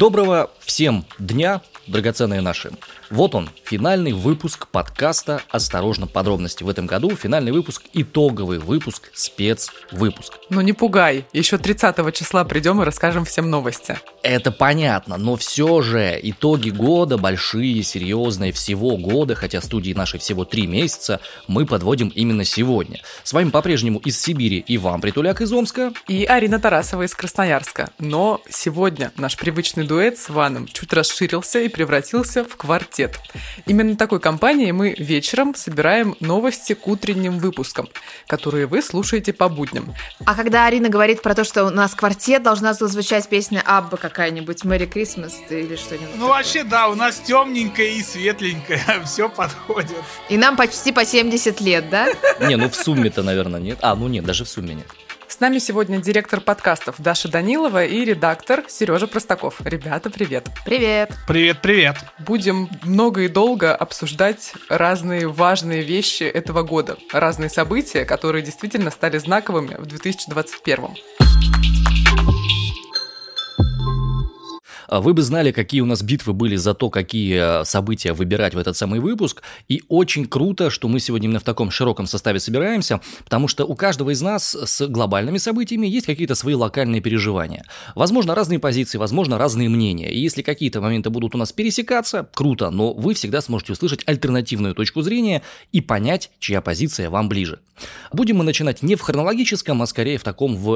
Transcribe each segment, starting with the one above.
Доброго всем дня, драгоценные наши. Вот он, финальный выпуск подкаста «Осторожно, подробности». В этом году финальный выпуск, итоговый выпуск, спецвыпуск. Ну не пугай, еще 30 числа придем и расскажем всем новости. Это понятно, но все же итоги года, большие, серьезные, всего года, хотя студии нашей всего 3 месяца, мы подводим именно сегодня. С вами по-прежнему из Сибири Иван Притуляк из Омска. И Арина Тарасова из Красноярска. Но сегодня наш привычный дуэт с Иваном чуть расширился и превратился в квартет. Именно такой компанией мы вечером собираем новости к утренним выпускам, которые вы слушаете по будням. А когда Арина говорит про то, что у нас квартет, должна зазвучать песня Абба какая-нибудь, Merry Christmas или что-нибудь. Ну вообще да, у нас темненькая и светленькая, все подходит. И нам почти по 70 лет, да? Не, ну в сумме-то, наверное, нет. Нет, даже в сумме нет. С нами сегодня директор подкастов Даша Данилова и редактор Сережа Простаков. Ребята, привет. Привет. Привет. Будем много и долго обсуждать разные важные вещи этого года, разные события, которые действительно стали знаковыми в 2021. Вы бы знали, какие у нас битвы были за то, какие события выбирать в этот самый выпуск. И очень круто, что мы сегодня именно в таком широком составе собираемся, потому что у каждого из нас с глобальными событиями есть какие-то свои локальные переживания. Возможно, разные позиции, возможно, разные мнения. И если какие-то моменты будут у нас пересекаться, круто, но вы всегда сможете услышать альтернативную точку зрения и понять, чья позиция вам ближе. Будем мы начинать не в хронологическом, а скорее в таком в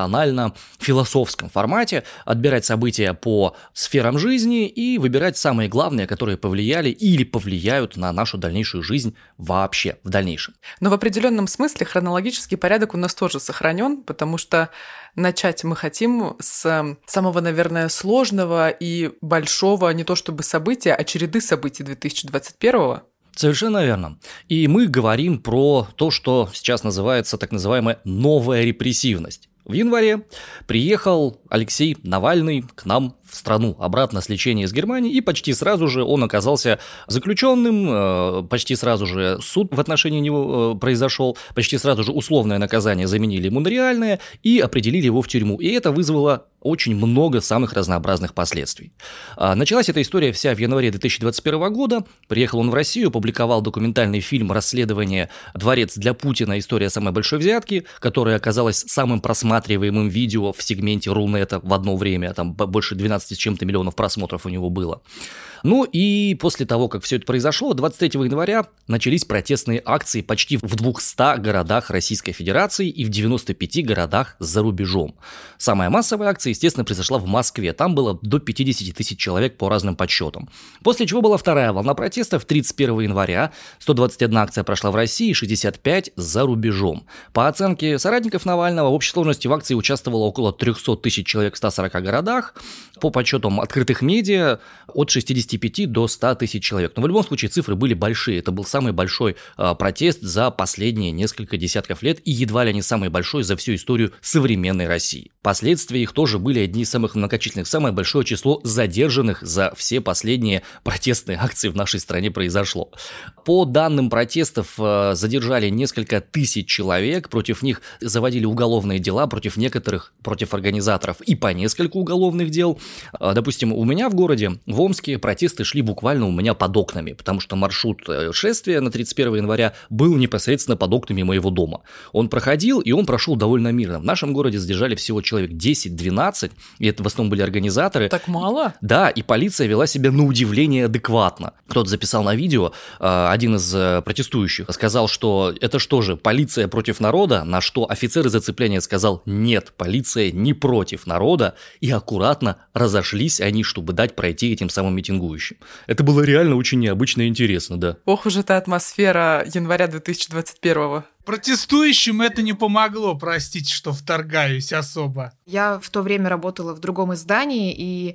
эмоционально-философском формате, отбирать события по сферам жизни и выбирать самые главные, которые повлияли или повлияют на нашу дальнейшую жизнь вообще в дальнейшем. Но в определенном смысле хронологический порядок у нас тоже сохранен, потому что начать мы хотим с самого, наверное, сложного и большого не то чтобы события, а череды событий 2021-го. Совершенно верно. И мы говорим про то, что сейчас называется так называемая новая репрессивность. В январе приехал Алексей Навальный к нам в страну обратно с лечения из Германии, и почти сразу же он оказался заключенным, почти сразу же суд в отношении него произошел, почти сразу же условное наказание заменили ему на реальное и определили его в тюрьму. И это вызвало очень много самых разнообразных последствий. Началась эта история вся в январе 2021 года. Приехал он в Россию, публиковал документальный фильм «Расследование. Дворец для Путина. История самой большой взятки», которая оказалась самым просматриваемым видео в сегменте Рунета в одно время. Там больше 12 с чем-то миллионов просмотров у него было. Ну и после того, как все это произошло, 23 января начались протестные акции почти в 200 городах Российской Федерации и в 95 городах за рубежом. Самая массовая акция, естественно, произошла в Москве. Там было до 50 тысяч человек по разным подсчетам. После чего была вторая волна протестов 31 января. 121 акция прошла в России, 65 за рубежом. По оценке соратников Навального, в общей сложности в акции участвовало около 300 тысяч человек в 140 городах. По подсчетам открытых медиа от 65 до 100 тысяч человек. Но в любом случае цифры были большие. Это был самый большой протест за последние несколько десятков лет и едва ли не самый большой за всю историю современной России. Последствия их тоже были одни из самых многочисленных. Самое большое число задержанных за все последние протестные акции в нашей стране произошло. По данным протестов задержали несколько тысяч человек, против них заводили уголовные дела, против некоторых, против организаторов и по несколько уголовных дел. Допустим, у меня в городе, в Омске, протесты шли буквально у меня под окнами, потому что маршрут шествия на 31 января был непосредственно под окнами моего дома. Он проходил, и он прошел довольно мирно. В нашем городе задержали всего человек 10-12, и это в основном были организаторы. Так мало? Да, и полиция вела себя на удивление адекватно. Кто-то записал на видео, один из протестующих сказал, что это что же, полиция против народа, на что офицер из оцепления сказал: нет, полиция не против народа, и аккуратно разошлись они, чтобы дать пройти этим самым митингующим. Это было реально очень необычно и интересно, да. Ох уж эта атмосфера января 2021-го. Протестующим это не помогло, простите, что вторгаюсь особо. Я в то время работала в другом издании и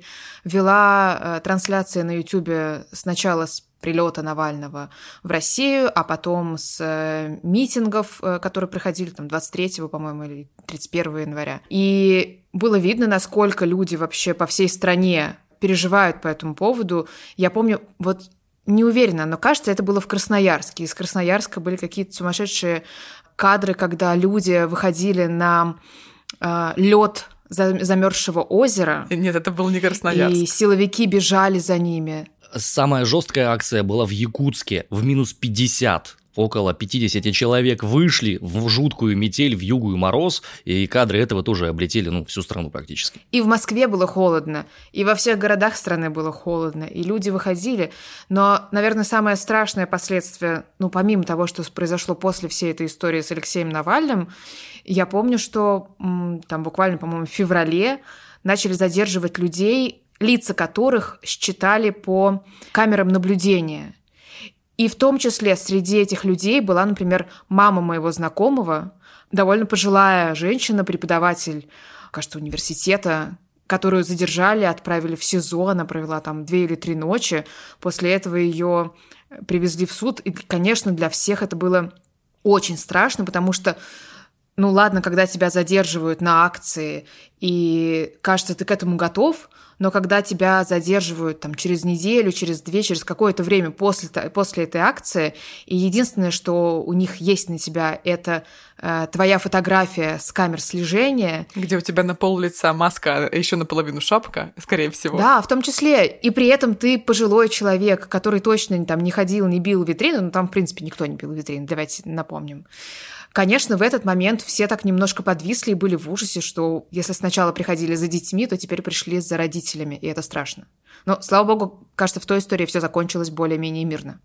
вела трансляции на Ютубе сначала с прилета Навального в Россию, а потом с митингов, которые проходили там 23, по-моему, или 31 января. И было видно, насколько люди вообще по всей стране переживают по этому поводу. Я помню, вот не уверена, но кажется, это было в Красноярске. Из Красноярска были какие-то сумасшедшие кадры, когда люди выходили на лед замерзшего озера. Нет, это был не Красноярск. И силовики бежали за ними. Самая жесткая акция была в Якутске, в минус 50. Около 50 человек вышли в жуткую метель, в югу и мороз, и кадры этого тоже облетели, всю страну практически. И в Москве было холодно, и во всех городах страны было холодно, и люди выходили. Но, наверное, самое страшное последствие, помимо того, что произошло после всей этой истории с Алексеем Навальным, я помню, что там буквально, по-моему, в феврале начали задерживать людей, лица которых считали по камерам наблюдения. И в том числе среди этих людей была, например, мама моего знакомого, довольно пожилая женщина, преподаватель, кажется, университета, которую задержали, отправили в СИЗО, она провела там 2 или 3 ночи. После этого ее привезли в суд. И, конечно, для всех это было очень страшно, потому что, ладно, когда тебя задерживают на акции, и, кажется, ты к этому готов, но когда тебя задерживают там, через неделю, через 2, через какое-то время после этой акции, и единственное, что у них есть на тебя, это твоя фотография с камер слежения. Где у тебя на пол лица маска, а еще наполовину шапка, скорее всего. Да, в том числе. И при этом ты пожилой человек, который точно там не ходил, не бил витрину, там, в принципе, никто не бил витрину, давайте напомним. Конечно, в этот момент все так немножко подвисли и были в ужасе, что если сначала приходили за детьми, то теперь пришли за родителями, и это страшно. Но, слава богу, кажется, в той истории все закончилось более-менее мирно.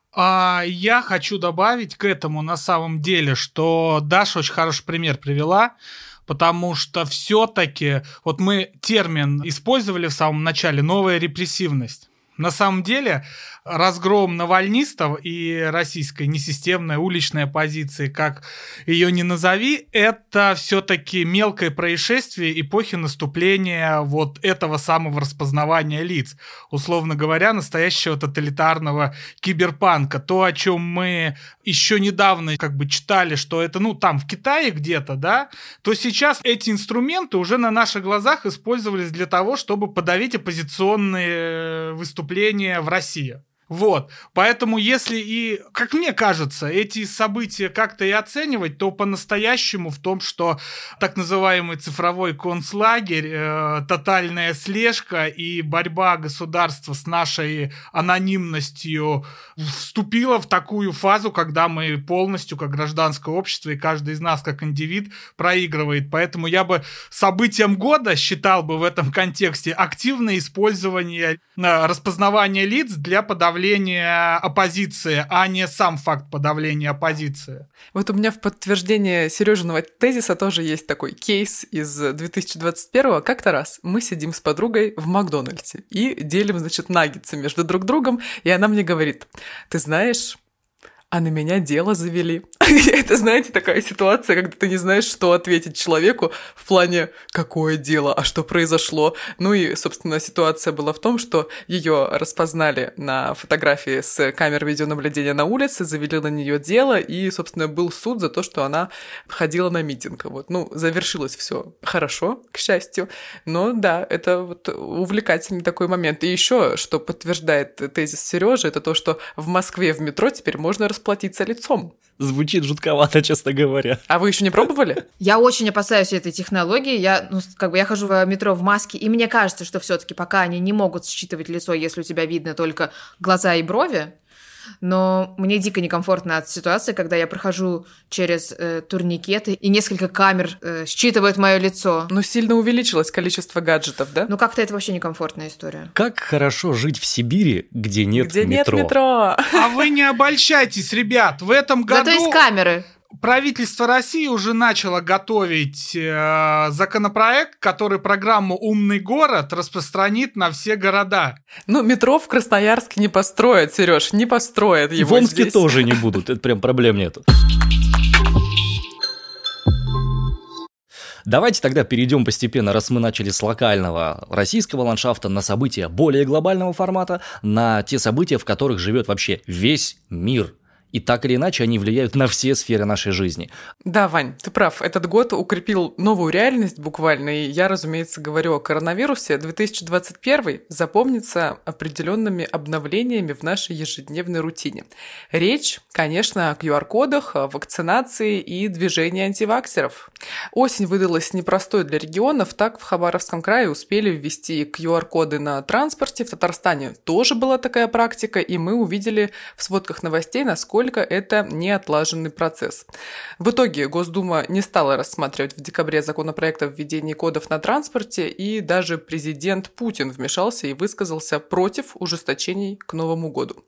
Я хочу добавить к этому на самом деле, что Даша очень хороший пример привела, потому что все-таки вот мы термин использовали в самом начале «новая репрессивность». На самом деле разгром навальнистов и российской несистемной уличной оппозиции, как ее ни назови, это все-таки мелкое происшествие эпохи наступления вот этого самого распознавания лиц. Условно говоря, настоящего тоталитарного киберпанка. То, о чем мы еще недавно читали, что это, там в Китае где-то, да, то сейчас эти инструменты уже на наших глазах использовались для того, чтобы подавить оппозиционные выступления в России. Вот, поэтому если и, как мне кажется, эти события как-то и оценивать, то по-настоящему в том, что так называемый цифровой концлагерь, тотальная слежка и борьба государства с нашей анонимностью вступила в такую фазу, когда мы полностью, как гражданское общество, и каждый из нас, как индивид, проигрывает. Поэтому я бы событием года считал бы в этом контексте активное использование распознавания лиц для подавления оппозиции, а не сам факт подавления оппозиции. Вот у меня в подтверждение Сережиного тезиса тоже есть такой кейс из 2021-го. Как-то раз мы сидим с подругой в Макдональдсе и делим, наггетсы между друг другом, и она мне говорит: ты знаешь, а на меня дело завели. Это, знаете, такая ситуация, когда ты не знаешь, что ответить человеку в плане «какое дело?», а что произошло? И, собственно, ситуация была в том, что ее распознали на фотографии с камер видеонаблюдения на улице, завели на нее дело, и, собственно, был суд за то, что она ходила на митинг. Завершилось все хорошо, к счастью, но да, это увлекательный такой момент. И еще, что подтверждает тезис Сережи, это то, что в Москве в метро теперь можно расплатиться лицом. Звучит жутковато, честно говоря. А вы еще не пробовали? Я очень опасаюсь этой технологии. Я хожу в метро в маске, и мне кажется, что все-таки пока они не могут считывать лицо, если у тебя видно только глаза и брови. Но мне дико некомфортно от ситуации, когда я прохожу через турникеты, и несколько камер считывают мое лицо. Сильно увеличилось количество гаджетов, да? Как-то это вообще некомфортная история. Как хорошо жить в Сибири, где нет метро. Нет метро. А вы не обольщайтесь, ребят. В этом году... Зато есть камеры. Правительство России уже начало готовить законопроект, который программу «Умный город» распространит на все города. Метро в Красноярске не построят, Сереж, не построят его. В Омске здесь тоже не будут, это прям проблем нету. Давайте тогда перейдем постепенно, раз мы начали с локального российского ландшафта, на события более глобального формата, на те события, в которых живет вообще весь мир. и так или иначе они влияют на все сферы нашей жизни. Да, Вань, ты прав. Этот год укрепил новую реальность буквально, и я, разумеется, говорю о коронавирусе. 2021 запомнится определенными обновлениями в нашей ежедневной рутине. Речь, конечно, о QR-кодах, о вакцинации и движении антиваксеров. Осень выдалась непростой для регионов, так в Хабаровском крае успели ввести QR-коды на транспорте, в Татарстане тоже была такая практика, и мы увидели в сводках новостей, насколько это неотлаженный процесс. В итоге Госдума не стала рассматривать в декабре законопроект о введении кодов на транспорте, и даже президент Путин вмешался и высказался против ужесточений к Новому году.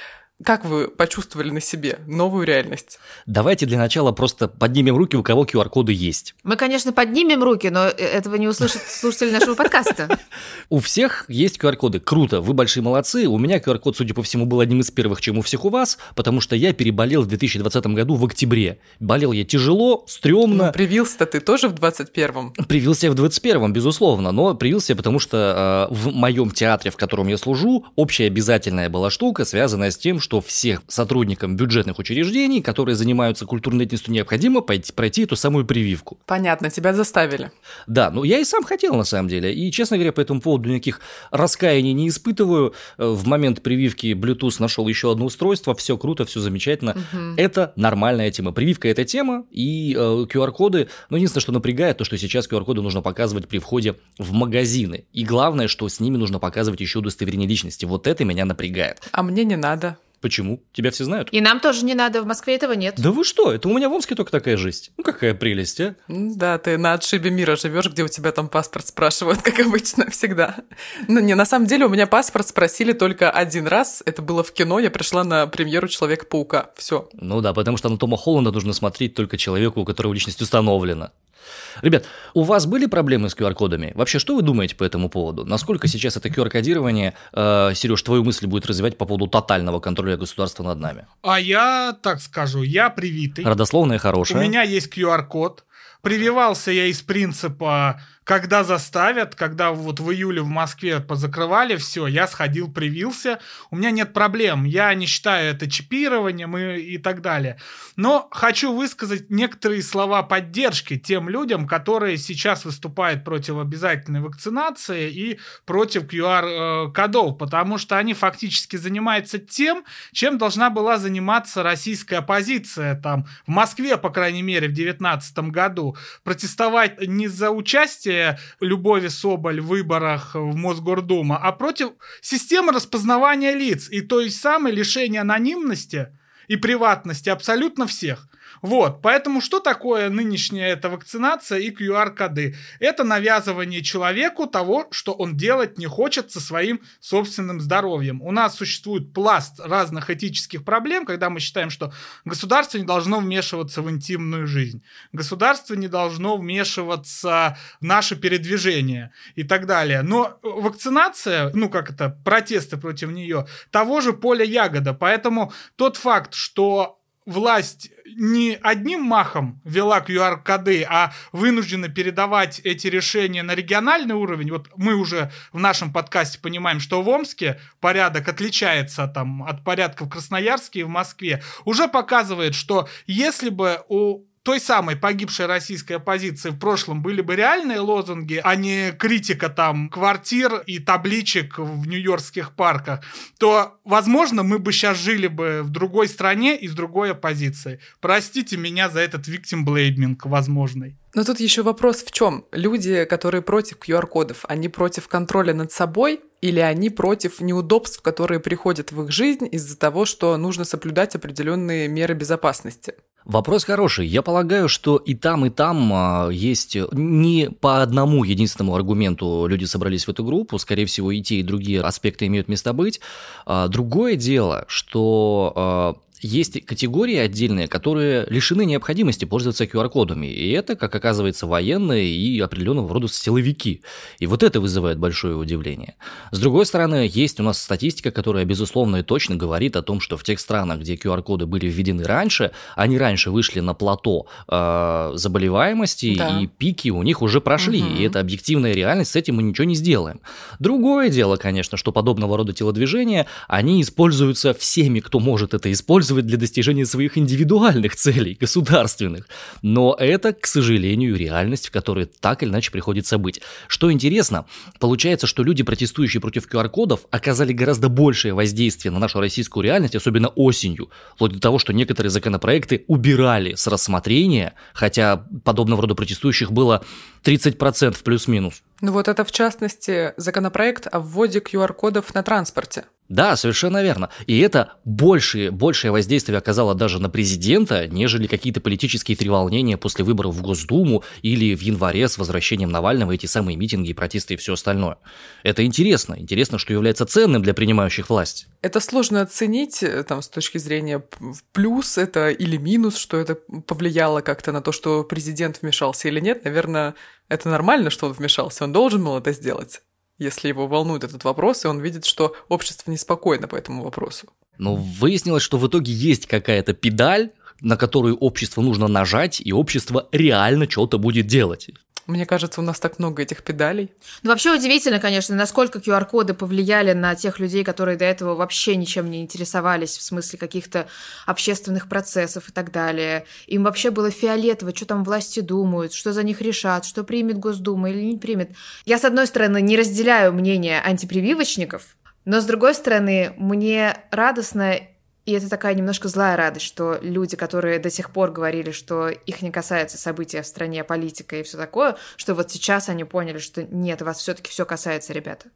Как вы почувствовали на себе новую реальность? Давайте для начала просто поднимем руки, у кого QR-коды есть. Мы, конечно, поднимем руки, но этого не услышат слушатели нашего подкаста. У всех есть QR-коды. Круто, вы большие молодцы. У меня QR-код, судя по всему, был одним из первых, чем у всех у вас, потому что я переболел в 2020 году в октябре. Болел я тяжело, стрёмно. Привился-то ты тоже в 21-м? Привился я в 21-м, безусловно, но привился я, потому что в моем театре, в котором я служу, общеобязательная была штука, связанная с тем, что всех сотрудникам бюджетных учреждений, которые занимаются культурной деятельностью, необходимо пройти эту самую прививку. Понятно, тебя заставили. Да, ну я и сам хотел, на самом деле. И, честно говоря, по этому поводу никаких раскаяний не испытываю. В момент прививки Bluetooth нашел еще одно устройство. Все круто, все замечательно. Угу. Это нормальная тема. Прививка – это тема, и QR-коды, ну, единственное, что напрягает, то, что сейчас QR-коды нужно показывать при входе в магазины. И главное, что с ними нужно показывать еще удостоверение личности. Вот это меня напрягает. А мне не надо. Почему? Тебя все знают? И нам тоже не надо, в Москве этого нет. Да вы что? Это у меня в Омске только такая жизнь. Ну, какая прелесть, а? Да, ты на отшибе мира живешь, где у тебя там паспорт спрашивают, как обычно, всегда. Ну, не, на самом деле у меня паспорт спросили только один раз. Это было в кино, я пришла на премьеру Человека-паука. Все. Ну да, потому что на Тома Холланда нужно смотреть только человеку, у которого личность установлена. Ребят, у вас были проблемы с QR-кодами? Вообще, что вы думаете по этому поводу? Насколько сейчас это QR-кодирование, Сереж, твою мысль будет развивать по поводу тотального контроля государства над нами? А я так скажу, я привитый. Родословная хорошая. У меня есть QR-код. Прививался я из принципа, когда заставят, когда вот в июле в Москве позакрывали все, я сходил, привился, у меня нет проблем, я не считаю это чипированием и так далее. Но хочу высказать некоторые слова поддержки тем людям, которые сейчас выступают против обязательной вакцинации и против QR-кодов, потому что они фактически занимаются тем, чем должна была заниматься российская оппозиция там, в Москве, по крайней мере, в 2019 году. Протестовать не за участие Любови Соболь в выборах в Мосгордуму, а против системы распознавания лиц и той самой лишения анонимности и приватности абсолютно всех. Вот, поэтому что такое нынешняя эта вакцинация и QR-коды? Это навязывание человеку того, что он делать не хочет со своим собственным здоровьем. У нас существует пласт разных этических проблем, когда мы считаем, что государство не должно вмешиваться в интимную жизнь, государство не должно вмешиваться в наше передвижение и так далее. Но вакцинация, протесты против нее, того же поля ягода. Поэтому тот факт, что власть не одним махом ввела QR-коды, а вынуждена передавать эти решения на региональный уровень. Вот мы уже в нашем подкасте понимаем, что в Омске порядок отличается от порядка в Красноярске и в Москве. Уже показывает, что если бы у той самой погибшей российской оппозиции в прошлом были бы реальные лозунги, а не критика там квартир и табличек в нью-йоркских парках, то, возможно, мы бы сейчас жили бы в другой стране и с другой оппозицией. Простите меня за этот victim-blaming возможный. Но тут еще вопрос в чем? Люди, которые против QR-кодов, они против контроля над собой или они против неудобств, которые приходят в их жизнь из-за того, что нужно соблюдать определенные меры безопасности? Вопрос хороший. Я полагаю, что и там есть не по одному единственному аргументу люди собрались в эту группу. Скорее всего, и те, и другие аспекты имеют место быть. Другое дело, что есть категории отдельные, которые лишены необходимости пользоваться QR-кодами. И это, как оказывается, военные и определенного рода силовики. И вот это вызывает большое удивление. С другой стороны, есть у нас статистика, которая, безусловно, и точно говорит о том, что в тех странах, где QR-коды были введены раньше, они раньше вышли на плато заболеваемости, да. И пики у них уже прошли. Угу. И это объективная реальность, с этим мы ничего не сделаем. Другое дело, конечно, что подобного рода телодвижения, они используются всеми, кто может это использовать, использовать для достижения своих индивидуальных целей, государственных. Но это, к сожалению, реальность, в которой так или иначе приходится быть. Что интересно, получается, что люди, протестующие против QR-кодов, оказали гораздо большее воздействие на нашу российскую реальность, особенно осенью, вплоть до того, что некоторые законопроекты убирали с рассмотрения, хотя подобного рода протестующих было 30% плюс-минус. Ну вот это, в частности, законопроект о вводе QR-кодов на транспорте. Да, совершенно верно. И это большее воздействие оказало даже на президента, нежели какие-то политические треволнения после выборов в Госдуму или в январе с возвращением Навального, эти самые митинги, протесты и все остальное. Это интересно. Интересно, что является ценным для принимающих власть. Это сложно оценить там, с точки зрения плюс это или минус, что это повлияло как-то на то, что президент вмешался или нет. Наверное, это нормально, что он вмешался. Он должен был это сделать, если его волнует этот вопрос, и он видит, что общество неспокойно по этому вопросу. Но выяснилось, что в итоге есть какая-то педаль, на которую обществу нужно нажать, и общество реально что-то будет делать. Мне кажется, у нас так много этих педалей. Ну, вообще удивительно, конечно, насколько QR-коды повлияли на тех людей, которые до этого вообще ничем не интересовались в смысле каких-то общественных процессов и так далее. Им вообще было фиолетово, что там власти думают, что за них решат, что примет Госдума или не примет. Я, с одной стороны, не разделяю мнение антипрививочников, но, с другой стороны, мне радостно. И это такая немножко злая радость, что люди, которые до сих пор говорили, что их не касается события в стране, политика и все такое, что вот сейчас они поняли, что нет, вас все-таки все касается, ребята.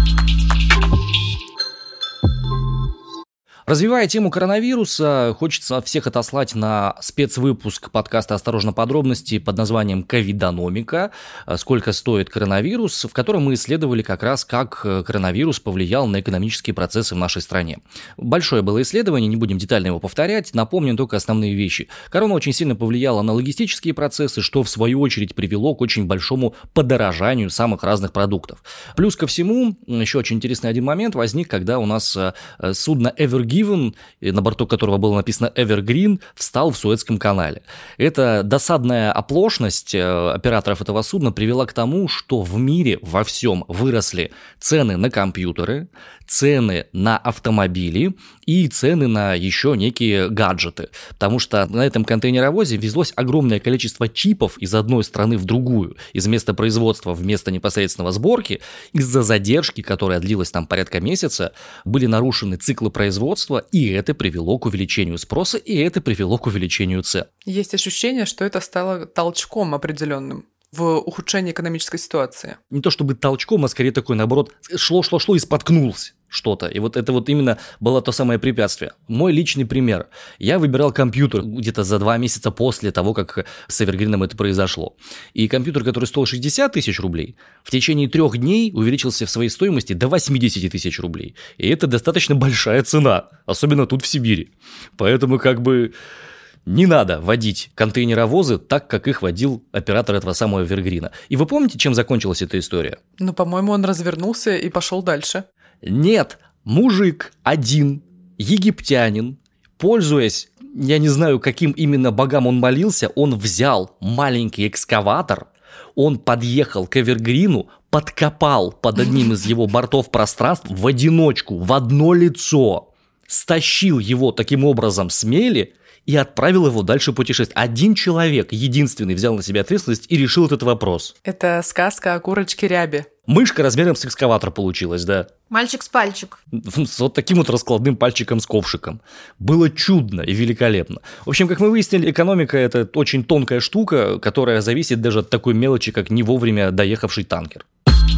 Развивая тему коронавируса, хочется всех отослать на спецвыпуск подкаста «Осторожно, подробности» под названием «Ковидономика. Сколько стоит коронавирус», в котором мы исследовали как раз, как коронавирус повлиял на экономические процессы в нашей стране. Большое было исследование, не будем детально его повторять, напомним только основные вещи. Корона очень сильно повлияла на логистические процессы, что в свою очередь привело к очень большому подорожанию самых разных продуктов. Плюс ко всему, еще очень интересный один момент возник, когда у нас судно Ever Given, на борту которого было написано Evergreen, встал в Суэцком канале. Эта досадная оплошность операторов этого судна привела к тому, что в мире во всем выросли цены на компьютеры, цены на автомобили и цены на еще некие гаджеты. Потому что на этом контейнеровозе везлось огромное количество чипов из одной страны в другую, из места производства в место непосредственного сборки. Из-за задержки, которая длилась там порядка месяца, были нарушены циклы производства, и это привело к увеличению спроса, и это привело к увеличению цен. Есть ощущение, что это стало толчком определенным в ухудшении экономической ситуации. Не то чтобы толчком, а скорее такой, наоборот, шло и споткнулось что-то. И вот это вот именно было то самое препятствие. Мой личный пример. Я выбирал компьютер где-то за 2 месяца после того, как с Эвергрином это произошло. И компьютер, который стоил 60 тысяч рублей, в течение 3 дней увеличился в своей стоимости до 80 тысяч рублей. И это достаточно большая цена, особенно тут в Сибири. Поэтому не надо водить контейнеровозы так, как их водил оператор этого самого Эвергрина. И вы помните, чем закончилась эта история? Ну, по-моему, он развернулся и пошел дальше. Нет, мужик один, египтянин, пользуясь, я не знаю, каким именно богам он молился, он взял маленький экскаватор, он подъехал к Эвергрину, подкопал под одним из его бортов пространств в одиночку, в одно лицо, стащил его таким образом с мели и отправил его дальше путешествовать. Один человек, единственный, взял на себя ответственность и решил этот вопрос. Это сказка о курочке Рябе. Мышка размером с экскаватор получилась, да. Мальчик с пальчик. С вот таким вот раскладным пальчиком с ковшиком. Было чудно и великолепно. В общем, как мы выяснили, экономика – это очень тонкая штука, которая зависит даже от такой мелочи, как не вовремя доехавший танкер.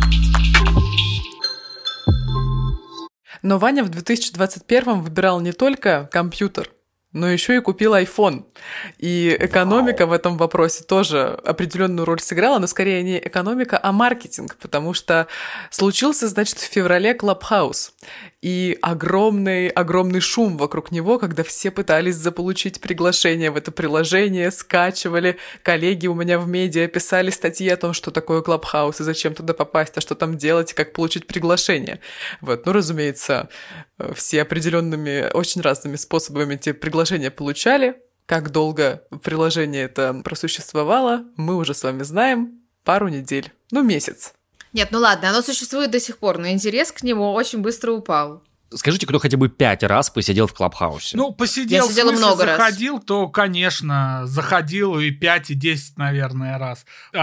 Но Ваня в 2021 выбирал не только компьютер, но еще и купил iPhone. И экономика в этом вопросе тоже определенную роль сыграла, но скорее не экономика, а маркетинг, потому что случился, значит, в феврале Clubhouse. И огромный шум вокруг него, когда все пытались заполучить приглашение в это приложение, скачивали. Коллеги у меня в медиа писали статьи о том, что такое Clubhouse и зачем туда попасть, а что там делать и как получить приглашение. Вот. Ну, разумеется, все определенными, очень разными способами эти приглашения получали. Как долго приложение это просуществовало, мы уже с вами знаем. Пару недель. Ну, месяц. Нет, ну ладно, оно существует до сих пор, но интерес к нему очень быстро упал. Скажите, кто хотя бы 5 раз посидел в Клабхаусе? Ну, посидел, Я сидела много раз. Заходил, то, конечно, заходил и 5, и 10, наверное, раз.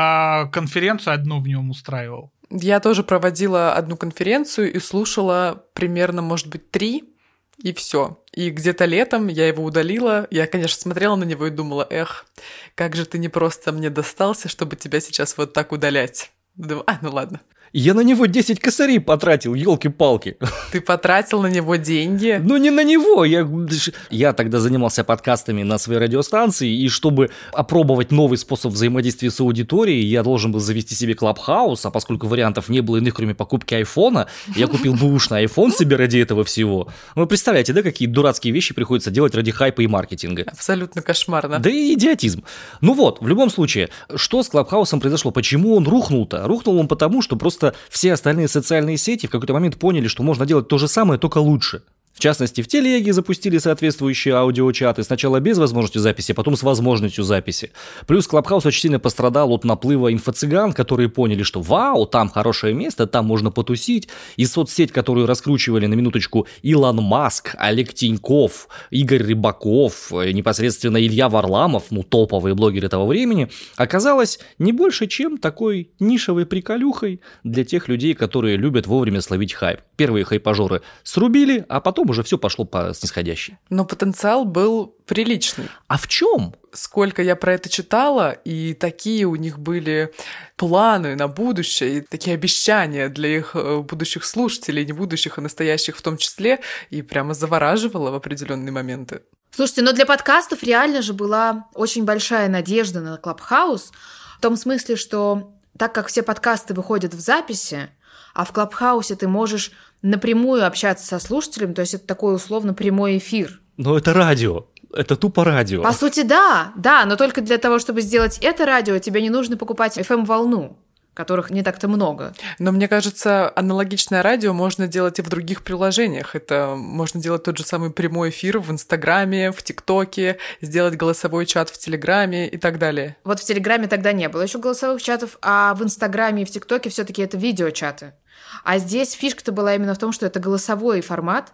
А конференцию одну в нем устраивал. Я тоже проводила одну конференцию и слушала примерно, может быть, 3, и все. И где-то летом я его удалила. Я, конечно, смотрела на него и думала, как же ты не просто мне достался, чтобы тебя сейчас вот так удалять. Думаю, ну ладно. Я на него 10 косарей потратил, елки-палки. Ты потратил на него деньги? Ну, не на него. Я тогда занимался подкастами на своей радиостанции, и чтобы опробовать новый способ взаимодействия с аудиторией, я должен был завести себе Клабхаус, а поскольку вариантов не было иных, кроме покупки айфона, я купил бэушный айфон себе ради этого всего. Вы представляете, да, какие дурацкие вещи приходится делать ради хайпа и маркетинга? Абсолютно кошмарно. Да и идиотизм. Ну вот, в любом случае, что с Клабхаусом произошло? Почему он рухнул-то? Рухнул он потому, что просто все остальные социальные сети в какой-то момент поняли, что можно делать то же самое, только лучше. В частности, в Телеге запустили соответствующие аудиочаты, сначала без возможности записи, а потом с возможностью записи. Плюс Клабхаус очень сильно пострадал от наплыва инфо-цыган, которые поняли, что вау, там хорошее место, там можно потусить. И соцсеть, которую раскручивали на минуточку Илон Маск, Олег Тиньков, Игорь Рыбаков, непосредственно Илья Варламов, топовые блогеры того времени, оказалась не больше, чем такой нишевой приколюхой для тех людей, которые любят вовремя словить хайп. Первые хайпажоры срубили, а потом уже все пошло по снисходящей. Но потенциал был приличный. А в чем? Сколько я про это читала, и такие у них были планы на будущее, и такие обещания для их будущих слушателей, не будущих, а настоящих в том числе, и прямо завораживало в определенные моменты. Слушайте, но для подкастов реально же была очень большая надежда на Клабхаус, в том смысле, что так как все подкасты выходят в записи, а в Клабхаусе ты можешь напрямую общаться со слушателем, то есть это такой условно прямой эфир. Но это радио. Это тупо радио. По сути, да, но только для того, чтобы сделать это радио, тебе не нужно покупать FM-волну, которых не так-то много. Но мне кажется, аналогичное радио можно делать и в других приложениях. Это можно делать тот же самый прямой эфир в Инстаграме, в ТикТоке, сделать голосовой чат в Телеграме и так далее. Вот в Телеграме тогда не было еще голосовых чатов, а в Инстаграме и в ТикТоке все-таки это видеочаты. А здесь фишка-то была именно в том, что это голосовой формат,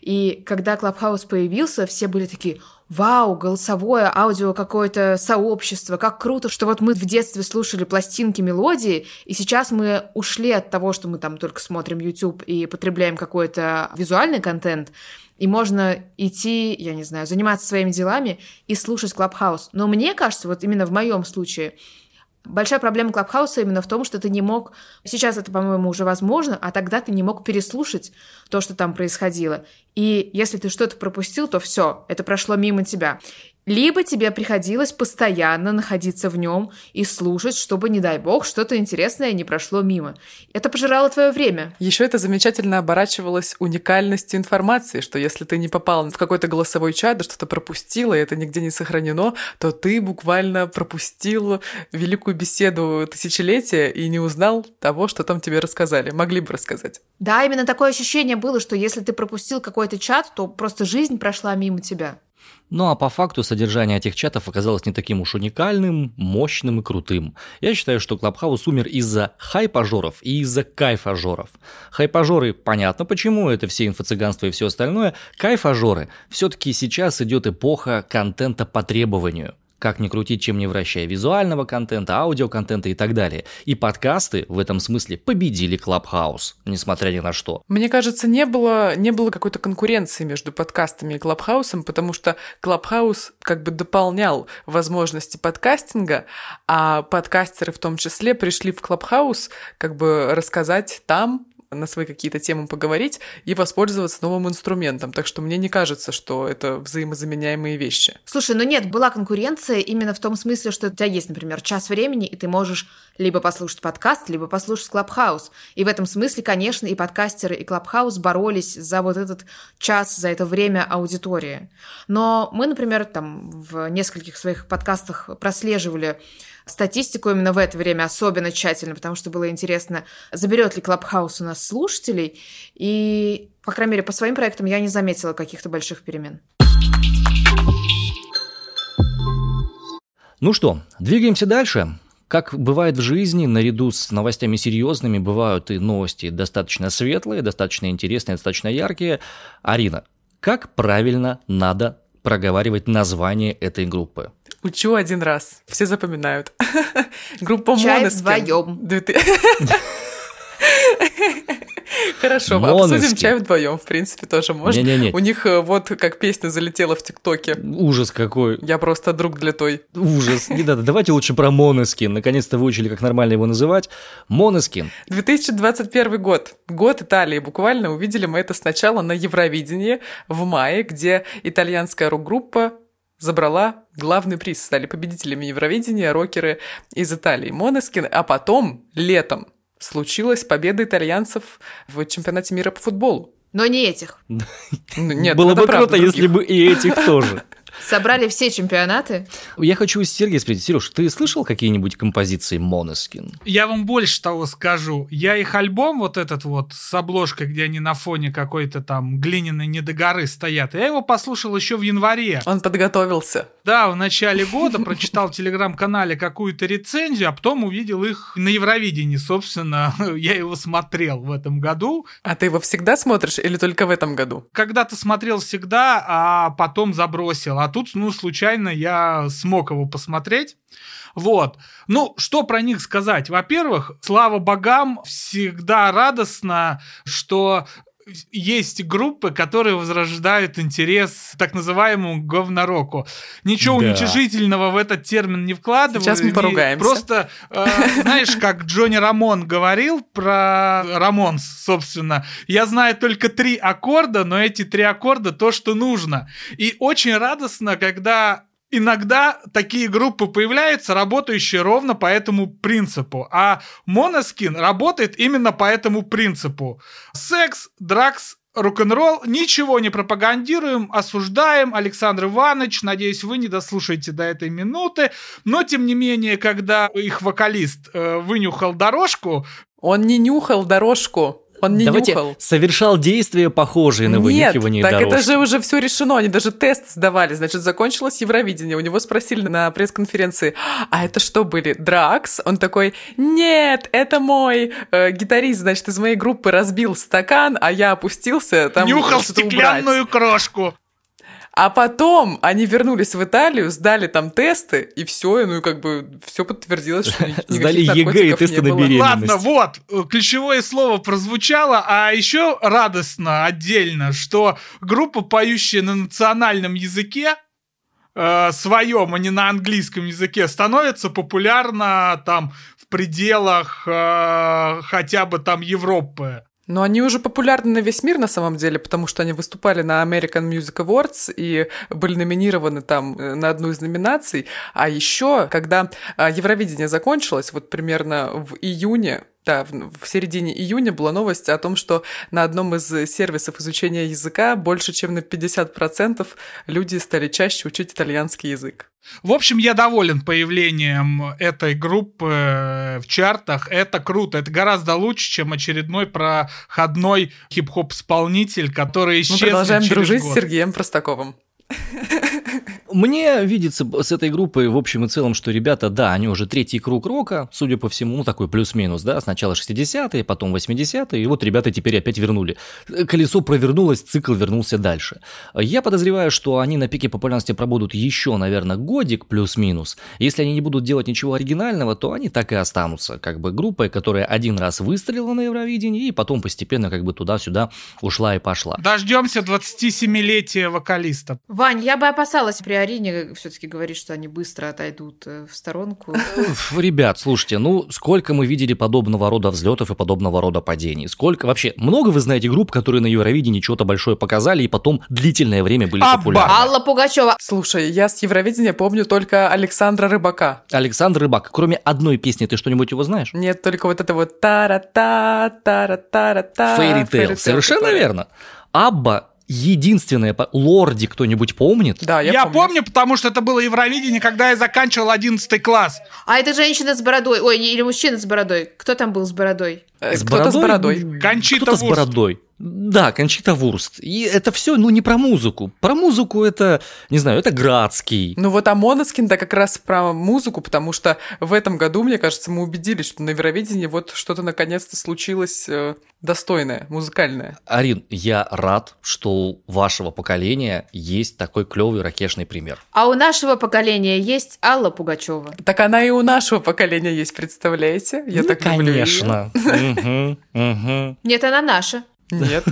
и когда Клабхаус появился, все были такие: вау, голосовое аудио, какое-то сообщество, как круто, что вот мы в детстве слушали пластинки, мелодии, и сейчас мы ушли от того, что мы там только смотрим YouTube и потребляем какой-то визуальный контент, и можно идти, я не знаю, заниматься своими делами и слушать Клабхаус. Но мне кажется, вот именно в моем случае, большая проблема Клабхауса именно в том, что ты не мог... Сейчас это, по-моему, уже возможно, а тогда ты не мог переслушать то, что там происходило. И если ты что-то пропустил, то все, это прошло мимо тебя. Либо тебе приходилось постоянно находиться в нем и слушать, чтобы, не дай бог, что-то интересное не прошло мимо. Это пожирало твое время. Еще это замечательно оборачивалось уникальностью информации, что если ты не попал в какой-то голосовой чат, да что-то пропустил, и это нигде не сохранено, то ты буквально пропустил великую беседу тысячелетия и не узнал того, что там тебе рассказали. Могли бы рассказать. Да, именно такое ощущение было, что если ты пропустил какой-то чат, то просто жизнь прошла мимо тебя. Ну а по факту содержание этих чатов оказалось не таким уж уникальным, мощным и крутым. Я считаю, что Клабхаус умер из-за хайпажоров и из-за кайфажоров. Хайпажоры, понятно почему, это все инфо-цыганство и все остальное. Кайфажоры, все-таки сейчас идет эпоха контента по требованию. Как ни крутить, чем не вращая, визуального контента, аудиоконтента и так далее. И подкасты в этом смысле победили Клабхаус, несмотря ни на что. Мне кажется, не было какой-то конкуренции между подкастами и Клабхаусом, потому что Клабхаус как бы дополнял возможности подкастинга, а подкастеры в том числе пришли в Клабхаус как бы рассказать там, на свои какие-то темы поговорить и воспользоваться новым инструментом. Так что мне не кажется, что это взаимозаменяемые вещи. Слушай, нет, была конкуренция именно в том смысле, что у тебя есть, например, час времени, и ты можешь либо послушать подкаст, либо послушать Клабхаус. И в этом смысле, конечно, и подкастеры, и Клабхаус боролись за вот этот час, за это время аудитории. Но мы, например, там в нескольких своих подкастах прослеживали статистику именно в это время особенно тщательно, потому что было интересно, заберет ли Клабхаус у нас слушателей. И, по крайней мере, по своим проектам я не заметила каких-то больших перемен. Ну что, двигаемся дальше. как бывает в жизни, наряду с новостями серьезными, бывают и новости достаточно светлые, достаточно интересные, достаточно яркие. Арина, как правильно надо проговаривать название этой группы? Учу один раз, все запоминают. Группа Чай Måneskin. вдвоем. Хорошо, Måneskin. обсудим чай вдвоем, в принципе, тоже можно. Не-не-не. У них вот как песня залетела в ТикТоке. Ужас какой. Я просто друг для той. Ужас. Не надо. Давайте лучше про Måneskin. Наконец-то выучили, как нормально его называть. Måneskin. 2021 год. Год Италии. Буквально увидели мы это сначала на Евровидении в мае, где итальянская рок-группа забрала главный приз. Стали победителями Евровидения рокеры из Италии. Måneskin. А потом, летом, случилась победа итальянцев в чемпионате мира по футболу. Но не этих. Нет, Было это бы правда круто, если других. бы и этих тоже. Собрали все чемпионаты. Я хочу Сергея спросить. Сереж, ты слышал какие-нибудь композиции Måneskin? Я вам больше того скажу. Я их альбом вот этот вот с обложкой, где они на фоне какой-то там глиняной недогоры стоят, я его послушал еще в январе. Он подготовился. Да, в начале года прочитал в телеграм-канале какую-то рецензию, а потом увидел их на Евровидении. Собственно, я его смотрел в этом году. А ты его всегда смотришь или только в этом году? Когда-то смотрел всегда, а потом забросил. А тут, случайно я смог его посмотреть. Вот. Что про них сказать? Во-первых, слава богам, всегда радостно, что есть группы, которые возрождают интерес к так называемому говнороку. Ничего уничижительного в этот термин не вкладываю. Сейчас мы поругаемся. Просто, знаешь, как Джонни Рамон говорил про Рамонс, собственно, я знаю только 3 аккорда, но эти 3 аккорда то, что нужно. И очень радостно, когда иногда такие группы появляются, работающие ровно по этому принципу. А Måneskin работает именно по этому принципу. Секс, дракс, рок-н-ролл, ничего не пропагандируем, осуждаем. Александр Иванович, надеюсь, вы не дослушаете до этой минуты. Но, тем не менее, когда их вокалист вынюхал дорожку... Он не нюхал дорожку. Он не Давайте нюхал. совершал действия, похожие на вынюхивание так дорожки. это же уже все решено. Они даже тест сдавали. Значит, закончилось Евровидение. У него спросили на пресс-конференции, а это что были, дракс? Он такой, нет, это мой гитарист, значит, из моей группы разбил стакан, а я опустился. Там нюхал что-то стеклянную крошку. А потом они вернулись в Италию, сдали там тесты, и все, все подтвердилось, что никаких Сдали ЕГЭ и наркотиков тесты не на было. беременность. Ладно, вот, ключевое слово прозвучало, а еще радостно отдельно, что группа, поющая на национальном языке, своем, а не на английском языке, становится популярна там в пределах хотя бы там Европы. Но они уже популярны на весь мир на самом деле, потому что они выступали на American Music Awards и были номинированы там на одну из номинаций. А еще, когда Евровидение закончилось, вот примерно в июне, да, в середине июня была новость о том, что на одном из сервисов изучения языка больше чем на 50% люди стали чаще учить итальянский язык. В общем, я доволен появлением этой группы в чартах. Это круто. Это гораздо лучше, чем очередной проходной хип-хоп-исполнитель, который исчезнет через год. Мы продолжаем дружить с Сергеем Простаковым. Мне видится с этой группой в общем и целом, что ребята, да, они уже 3-й круг рока, судя по всему, такой плюс-минус, да, сначала 60-е, потом 80-е, и вот ребята теперь опять вернули. Колесо провернулось, цикл вернулся дальше. Я подозреваю, что они на пике популярности пробудут еще, наверное, годик плюс-минус. Если они не будут делать ничего оригинального, то они так и останутся, как бы группой, которая один раз выстрелила на Евровидении, и потом постепенно как бы туда-сюда ушла и пошла. Дождемся 27-летия вокалиста. Вань, я бы опасалась при Арине все-таки говорить, что они быстро отойдут в сторонку. Ребят, слушайте, сколько мы видели подобного рода взлетов и подобного рода падений? Сколько вообще? Много вы знаете групп, которые на Евровидении что-то большое показали и потом длительное время были популярны? Алла Пугачева. Слушай, я с Евровидения помню только Александра Рыбака. Александр Рыбак. Кроме одной песни, ты что-нибудь его знаешь? Нет, только вот это вот тара-та, тара-тара-та. Fairy Tail. Совершенно верно. Абба. Единственное, Лорди кто-нибудь помнит? Да, я помню, потому что это было Евровидение, когда я заканчивал 11 класс. А это женщина с бородой, ой, или мужчина с бородой. Кто там был с бородой? Кто-то с бородой. Кончита Кто-то с Вурст. бородой. Да, Кончита Вурст. И это все, не про музыку. Про музыку это, не знаю, это Градский. Ну вот, а Måneskin-то как раз про музыку, потому что в этом году, мне кажется, мы убедились, что на Евровидении вот что-то наконец-то случилось достойное, музыкальное. Арин, я рад, что у вашего поколения есть такой клевый ракешный пример. А у нашего поколения есть Алла Пугачева. Так она и у нашего поколения есть, представляете? Я так люблю её. Конечно. Мгм, мгм. Нет, она наша. Нет.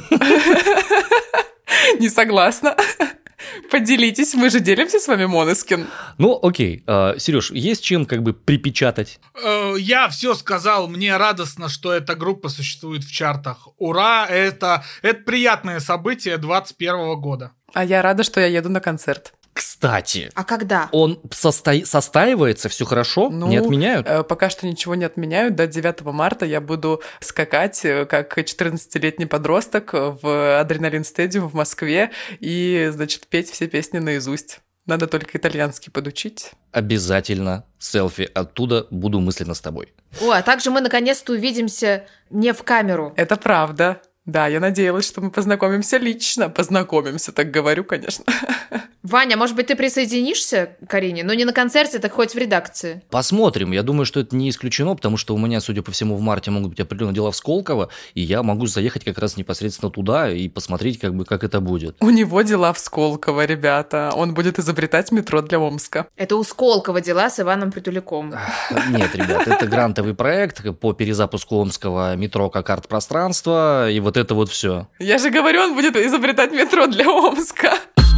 Не согласна. Поделитесь, мы же делимся с вами, Måneskin. Ну, окей. Сереж, есть чем как бы припечатать? Я все сказал, мне радостно, что эта группа существует в чартах. Ура, это приятное событие 2021 года. А я рада, что я еду на концерт. Кстати, А когда? он состаивается, все хорошо? Ну, Не отменяют? Пока что ничего не отменяют. До 9 марта я буду скакать, как 14-летний подросток, в Адреналин Стадиум в Москве и, значит, петь все песни наизусть. Надо только итальянский подучить. Обязательно селфи оттуда, буду мысленно с тобой. О, а также мы наконец-то увидимся не в камеру. Это правда. Да, я надеялась, что мы познакомимся лично. Познакомимся, так говорю, конечно. Ваня, может быть, ты присоединишься к Карине? Но не на концерте, так хоть в редакции. Посмотрим. Я думаю, что это не исключено, потому что у меня, судя по всему, в марте могут быть определенные дела в Сколково, и я могу заехать как раз непосредственно туда и посмотреть, как это будет. У него дела в Сколково, ребята. Он будет изобретать метро для Омска. Это у Сколково дела с Иваном Притуляком. Нет, ребят, это грантовый проект по перезапуску омского метро как арт-пространства, и вот это вот все. Я же говорю, он будет изобретать метро для Омска.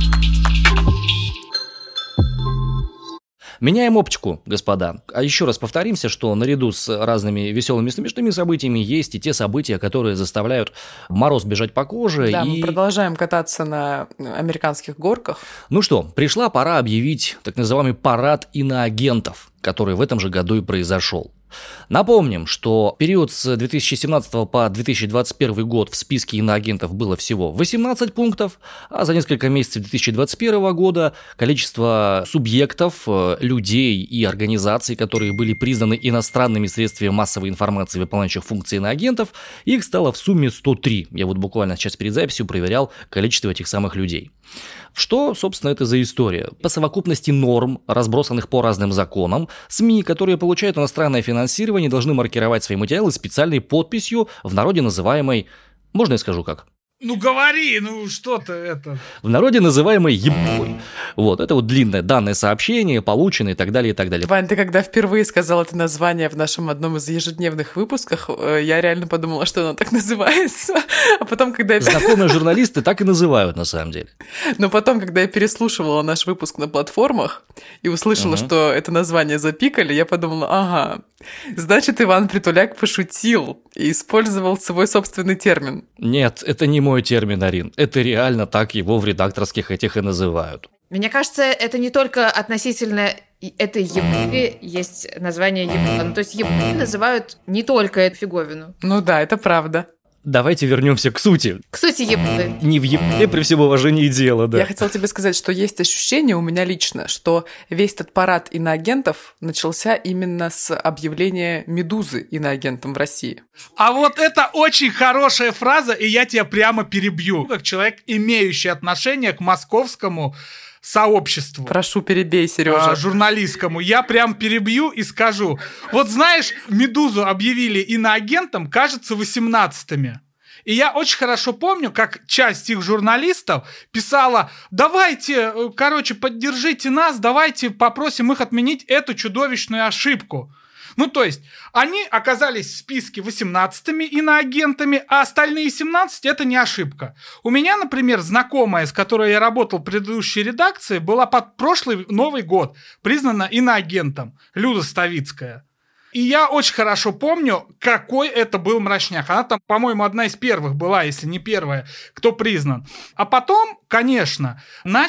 Меняем оптику, господа. А еще раз повторимся, что наряду с разными веселыми и смешными событиями есть и те события, которые заставляют мороз бежать по коже. Да, и... мы продолжаем кататься на американских горках. Ну что, пришла пора объявить так называемый парад иноагентов, который в этом же году и произошел. Напомним, что период с 2017 по 2021 год в списке иноагентов было всего 18 пунктов, а за несколько месяцев 2021 года количество субъектов, людей и организаций, которые были признаны иностранными средствами массовой информации, выполняющих функции иноагентов, их стало в сумме 103. Я вот буквально сейчас перед записью проверял количество этих самых людей. Что, собственно, это за история? По совокупности норм, разбросанных по разным законам, СМИ, которые получают иностранное финансирование, должны маркировать свои материалы специальной подписью, в народе называемой... Можно я скажу как? Ну говори, ну что-то это... В народе называемой ебой. Вот, это вот длинное данное сообщение, полученное и так далее, и так далее. Вань, ты когда впервые сказал это название в нашем одном из ежедневных выпусках, я реально подумала, что оно так называется. А потом, когда я... Знакомые журналисты так и называют, на самом деле. Но потом, когда я переслушивала наш выпуск на платформах и услышала, что это название запикали, я подумала, ага, значит, Иван Притуляк пошутил и использовал свой собственный термин. Нет, это не мой термин, Арин. Это реально так его в редакторских этих и называют. Мне кажется, это не только относительно этой ебли есть название ебла. Ну, то есть ебли называют не только эту фиговину. Ну да, это правда. Давайте вернемся к сути. К сути ебли. Не в ебле при всем уважении дела, да. Я хотела тебе сказать, что есть ощущение у меня лично, что весь этот парад иноагентов начался именно с объявления «Медузы» иноагентом в России. А вот это очень хорошая фраза, и я тебя прямо перебью. Как человек, имеющий отношение к московскому сообществу. Прошу, перебей, Сережа. Журналистскому. Я прям перебью и скажу. Вот знаешь, «Медузу» объявили иноагентом, кажется, 18-ми. И я очень хорошо помню, как часть их журналистов писала: давайте, поддержите нас, давайте попросим их отменить эту чудовищную ошибку. Ну, то есть, они оказались в списке 18-ми иноагентами, а остальные 17 – это не ошибка. У меня, например, знакомая, с которой я работал в предыдущей редакции, была под прошлый Новый год признана иноагентом, Люда Ставицкая. И я очень хорошо помню, какой это был мрачняк. Она там, по-моему, одна из первых была, если не первая, кто признан. А потом, конечно,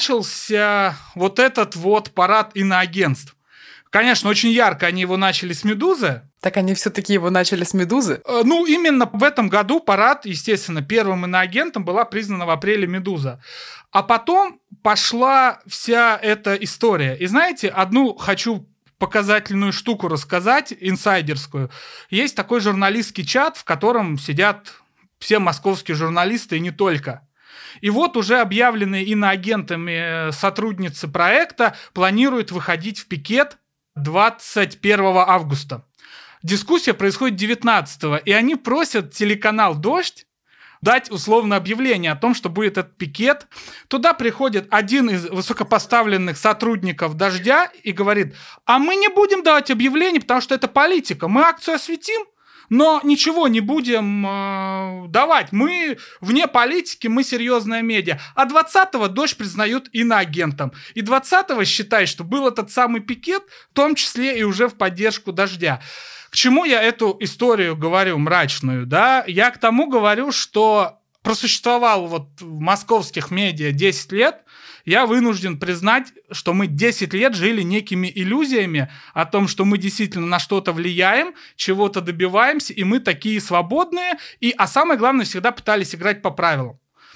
начался вот этот вот парад иноагентств. Конечно, очень ярко они его начали с «Медузы». Так они все-таки его начали с «Медузы»? Ну, именно в этом году парад, естественно, первым иноагентом была признана в апреле «Медуза». А потом пошла вся эта история. И знаете, одну хочу показательную штуку рассказать, инсайдерскую. Есть такой журналистский чат, в котором сидят все московские журналисты и не только. И вот уже объявленные иноагентами сотрудницы проекта планируют выходить в пикет 21 августа. Дискуссия происходит 19-го, и они просят телеканал «Дождь» дать условное объявление о том, что будет этот пикет. Туда приходит один из высокопоставленных сотрудников «Дождя» и говорит: а мы не будем давать объявление, потому что это политика. Мы акцию осветим, но ничего не будем давать. Мы вне политики, мы серьезная медиа. А 20-го «Дождь» признают иноагентом. И 20-го считает, что был этот самый пикет, в том числе и уже в поддержку «Дождя». К чему я эту историю говорю, мрачную, да? Я к тому говорю, что просуществовал вот в московских медиа 10 лет, я вынужден признать, что мы 10 лет жили некими иллюзиями о том, что мы действительно на что-то влияем, чего-то добиваемся, и мы такие свободные, а самое главное, всегда пытались играть по правилам.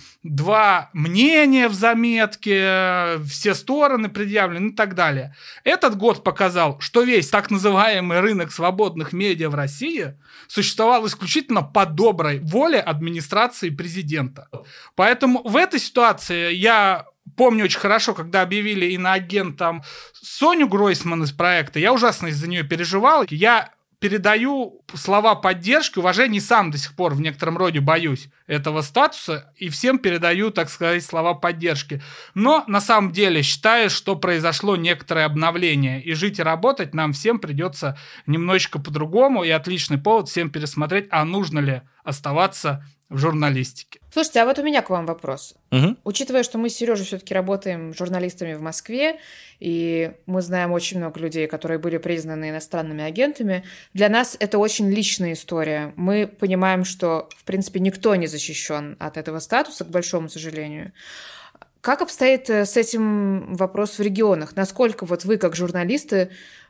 2 мнения в заметке, все стороны предъявлены и так далее. Этот год показал, что весь так называемый рынок свободных медиа в России существовал исключительно по доброй воле администрации президента. Поэтому в этой ситуации я помню очень хорошо, когда объявили иноагентом Соню Гройсман из проекта, я ужасно из-за нее переживал. Я передаю слова поддержки, уважения, и сам до сих пор в некотором роде боюсь этого статуса, и всем передаю, так сказать, слова поддержки. Но на самом деле считаю, что произошло некоторое обновление, и жить и работать нам всем придется немножечко по-другому, и отличный повод всем пересмотреть, а нужно ли оставаться в журналистике. Слушайте, а вот у меня к вам вопрос. Угу. Учитывая, что мы с Сережей все-таки работаем журналистами в Москве, и мы знаем очень много людей, которые были признаны иностранными агентами, для нас это очень личная история. Мы понимаем, что, в принципе, никто не защищен от этого статуса, к большому сожалению. Как обстоит с этим вопрос в регионах? Насколько вот вы, как журналисты,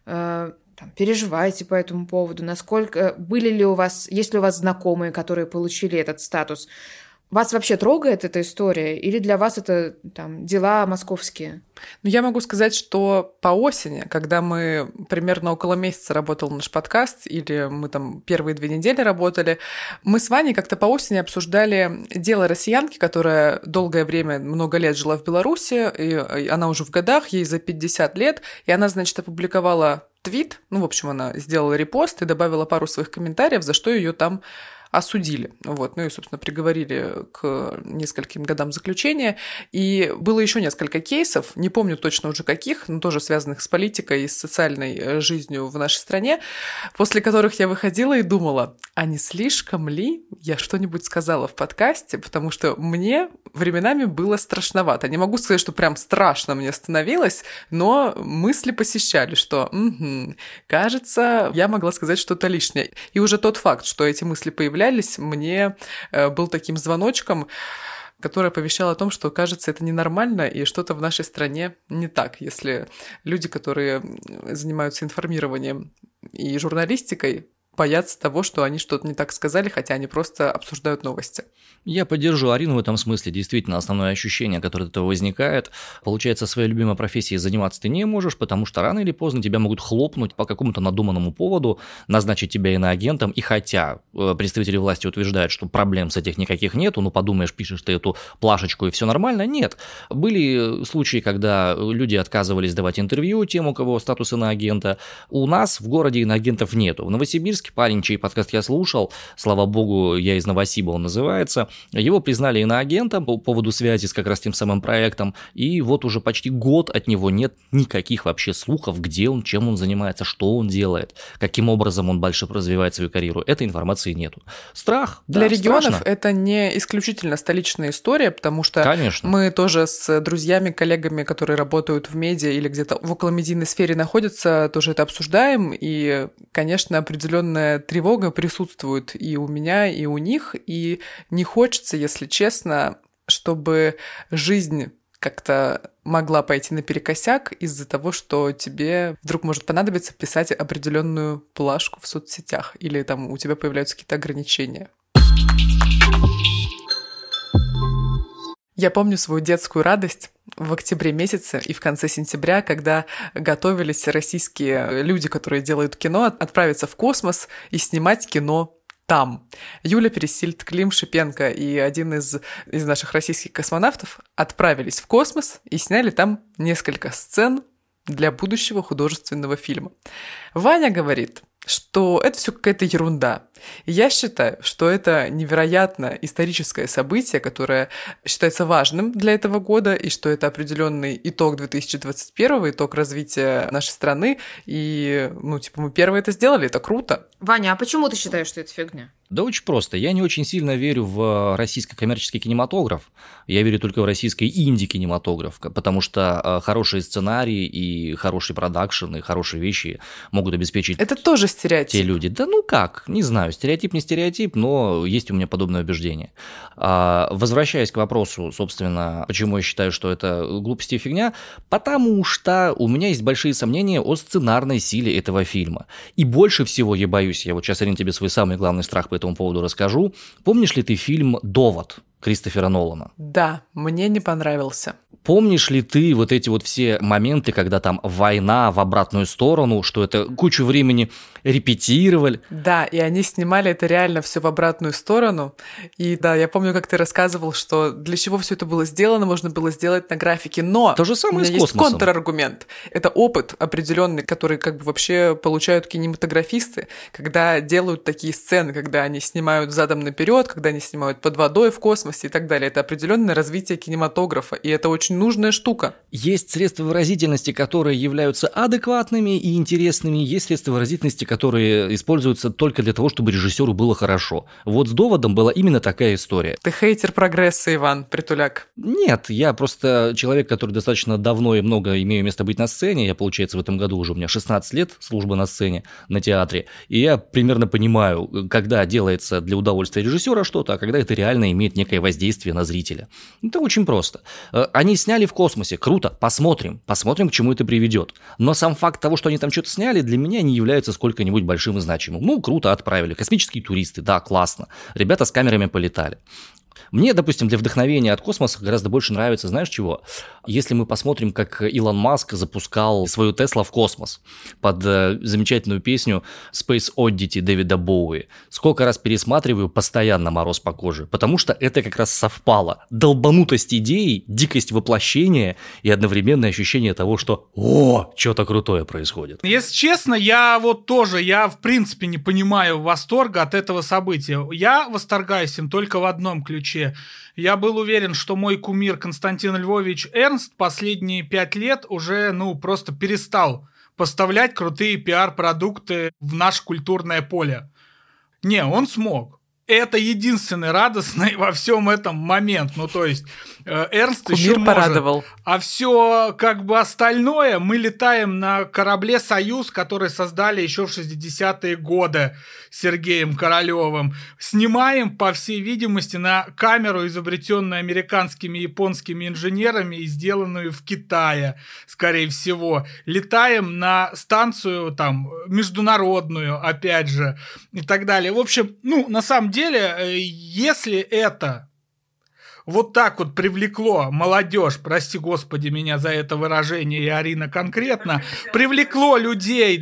переживаете по этому поводу? Насколько есть ли у вас знакомые, которые получили этот статус? Вас вообще трогает эта история? Или для вас это дела московские? Я могу сказать, что по осени, когда мы примерно около месяца работал наш подкаст, или мы первые 2 недели работали, мы с Ваней как-то по осени обсуждали дело россиянки, которая долгое время, много лет жила в Беларуси, и она уже в годах, ей за 50 лет, и она, значит, опубликовала твит, в общем, она сделала репост и добавила пару своих комментариев, за что ее там осудили. И, собственно, приговорили к нескольким годам заключения. И было еще несколько кейсов, не помню точно уже каких, но тоже связанных с политикой и с социальной жизнью в нашей стране, после которых я выходила и думала, а не слишком ли я что-нибудь сказала в подкасте, потому что мне временами было страшновато. Не могу сказать, что прям страшно мне становилось, но мысли посещали, что, кажется, я могла сказать что-то лишнее. И уже тот факт, что эти мысли появлялись, мне был таким звоночком, который оповещал о том, что, кажется, это ненормально, и что-то в нашей стране не так, если люди, которые занимаются информированием и журналистикой, боятся того, что они что-то не так сказали, хотя они просто обсуждают новости. Я поддержу Арину в этом смысле. Действительно, основное ощущение, которое от этого возникает, получается, своей любимой профессией заниматься ты не можешь, потому что рано или поздно тебя могут хлопнуть по какому-то надуманному поводу, назначить тебя иноагентом, и хотя представители власти утверждают, что проблем с этих никаких нету, подумаешь, пишешь ты эту плашечку и все нормально, нет. Были случаи, когда люди отказывались давать интервью тем, у кого статус иноагента. У нас в городе иноагентов нету. В Новосибирске парень, чей подкаст я слушал, слава богу, я из Новосиба, он называется, его признали иноагентом по поводу связи с как раз тем самым проектом, и вот уже почти год от него нет никаких вообще слухов, где он, чем он занимается, что он делает, каким образом он дальше развивает свою карьеру. Этой информации нету. Страх. Для регионов страшно. Это не исключительно столичная история, потому что Конечно. Мы тоже с друзьями, коллегами, которые работают в медиа или где-то в околомедийной сфере находятся, тоже это обсуждаем, и, конечно, определенная тревога присутствует и у меня, и у них, и не хочется, если честно, чтобы жизнь как-то могла пойти наперекосяк из-за того, что тебе вдруг может понадобиться писать определенную плашку в соцсетях, или у тебя появляются какие-то ограничения. Я помню свою детскую радость, в октябре месяце и в конце сентября, когда готовились российские люди, которые делают кино, отправиться в космос и снимать кино там. Юля Пересильд, Клим Шипенко и один из наших российских космонавтов отправились в космос и сняли там несколько сцен для будущего художественного фильма. Ваня говорит, что это все какая-то ерунда. И я считаю, что это невероятно историческое событие, которое считается важным для этого года, и что это определенный итог 2021, итог развития нашей страны. И, мы первые это сделали, это круто. Ваня, а почему ты считаешь, что это фигня? Да очень просто. Я не очень сильно верю в российский коммерческий кинематограф. Я верю только в российский инди-кинематограф, потому что хорошие сценарии и хороший продакшн, и хорошие вещи могут обеспечить... Это тоже стереотип. Те люди. Да не знаю, стереотип не стереотип, но есть у меня подобное убеждение. Возвращаясь к вопросу, собственно, почему я считаю, что это глупости и фигня, потому что у меня есть большие сомнения о сценарной силе этого фильма. И больше всего я боюсь, я вот сейчас, Арин, тебе свой самый главный страх по этому поводу расскажу. Помнишь ли ты фильм «Довод» Кристофера Нолана? Да, мне не понравился. Помнишь ли ты вот эти вот все моменты, когда там война в обратную сторону, что это кучу времени репетировали? Да, и они снимали это реально все в обратную сторону. И да, я помню, как ты рассказывал, что для чего все это было сделано, можно было сделать на графике. Но то же самое у меня есть контраргумент. Это опыт определенный, который как бы вообще получают кинематографисты, когда делают такие сцены, когда они снимают задом наперед, когда они снимают под водой в космосе и так далее. Это определенное развитие кинематографа, и это очень нужная штука. Есть средства выразительности, которые являются адекватными и интересными, есть средства выразительности, которые используются только для того, чтобы режиссеру было хорошо. Вот с «Доводом» была именно такая история. Ты хейтер прогресса, Иван Притуляк. Нет, я просто человек, который достаточно давно и много имею место быть на сцене. Я, получается, в этом году уже у меня 16 лет службы на сцене, на театре. И я примерно понимаю, когда делается для удовольствия режиссера что-то, а когда это реально имеет некое воздействие на зрителя. Это очень просто. Они сняли в космосе, круто, посмотрим, к чему это приведет. Но сам факт того, что они там что-то сняли, для меня не является сколько-нибудь большим и значимым. Круто, отправили. Космические туристы, да, классно. Ребята с камерами полетали. Мне, допустим, для вдохновения от космоса гораздо больше нравится, знаешь чего? Если мы посмотрим, как Илон Маск запускал свою Теслу в космос под замечательную песню Space Oddity Дэвида Боуи. Сколько раз пересматриваю, постоянно мороз по коже, потому что это как раз совпало. Долбанутость идеи, дикость воплощения и одновременное ощущение того, что что-то крутое происходит. Если честно, я в принципе не понимаю восторга от этого события. Я восторгаюсь им только в одном ключе. Я был уверен, что мой кумир Константин Львович Эрнст последние 5 лет уже, просто перестал поставлять крутые пиар-продукты в наше культурное поле. Не, он смог. Это единственный радостный во всем этом момент. Эрнст кумир еще порадовал. Может. А все остальное мы летаем на корабле «Союз», который создали еще в 60-е годы Сергеем Королевым. Снимаем, по всей видимости, на камеру, изобретенную американскими и японскими инженерами и сделанную в Китае, скорее всего. Летаем на станцию международную, опять же, и так далее. В общем, на самом деле, если это вот так вот привлекло молодежь, прости господи меня за это выражение, и Арина конкретно, привлекло людей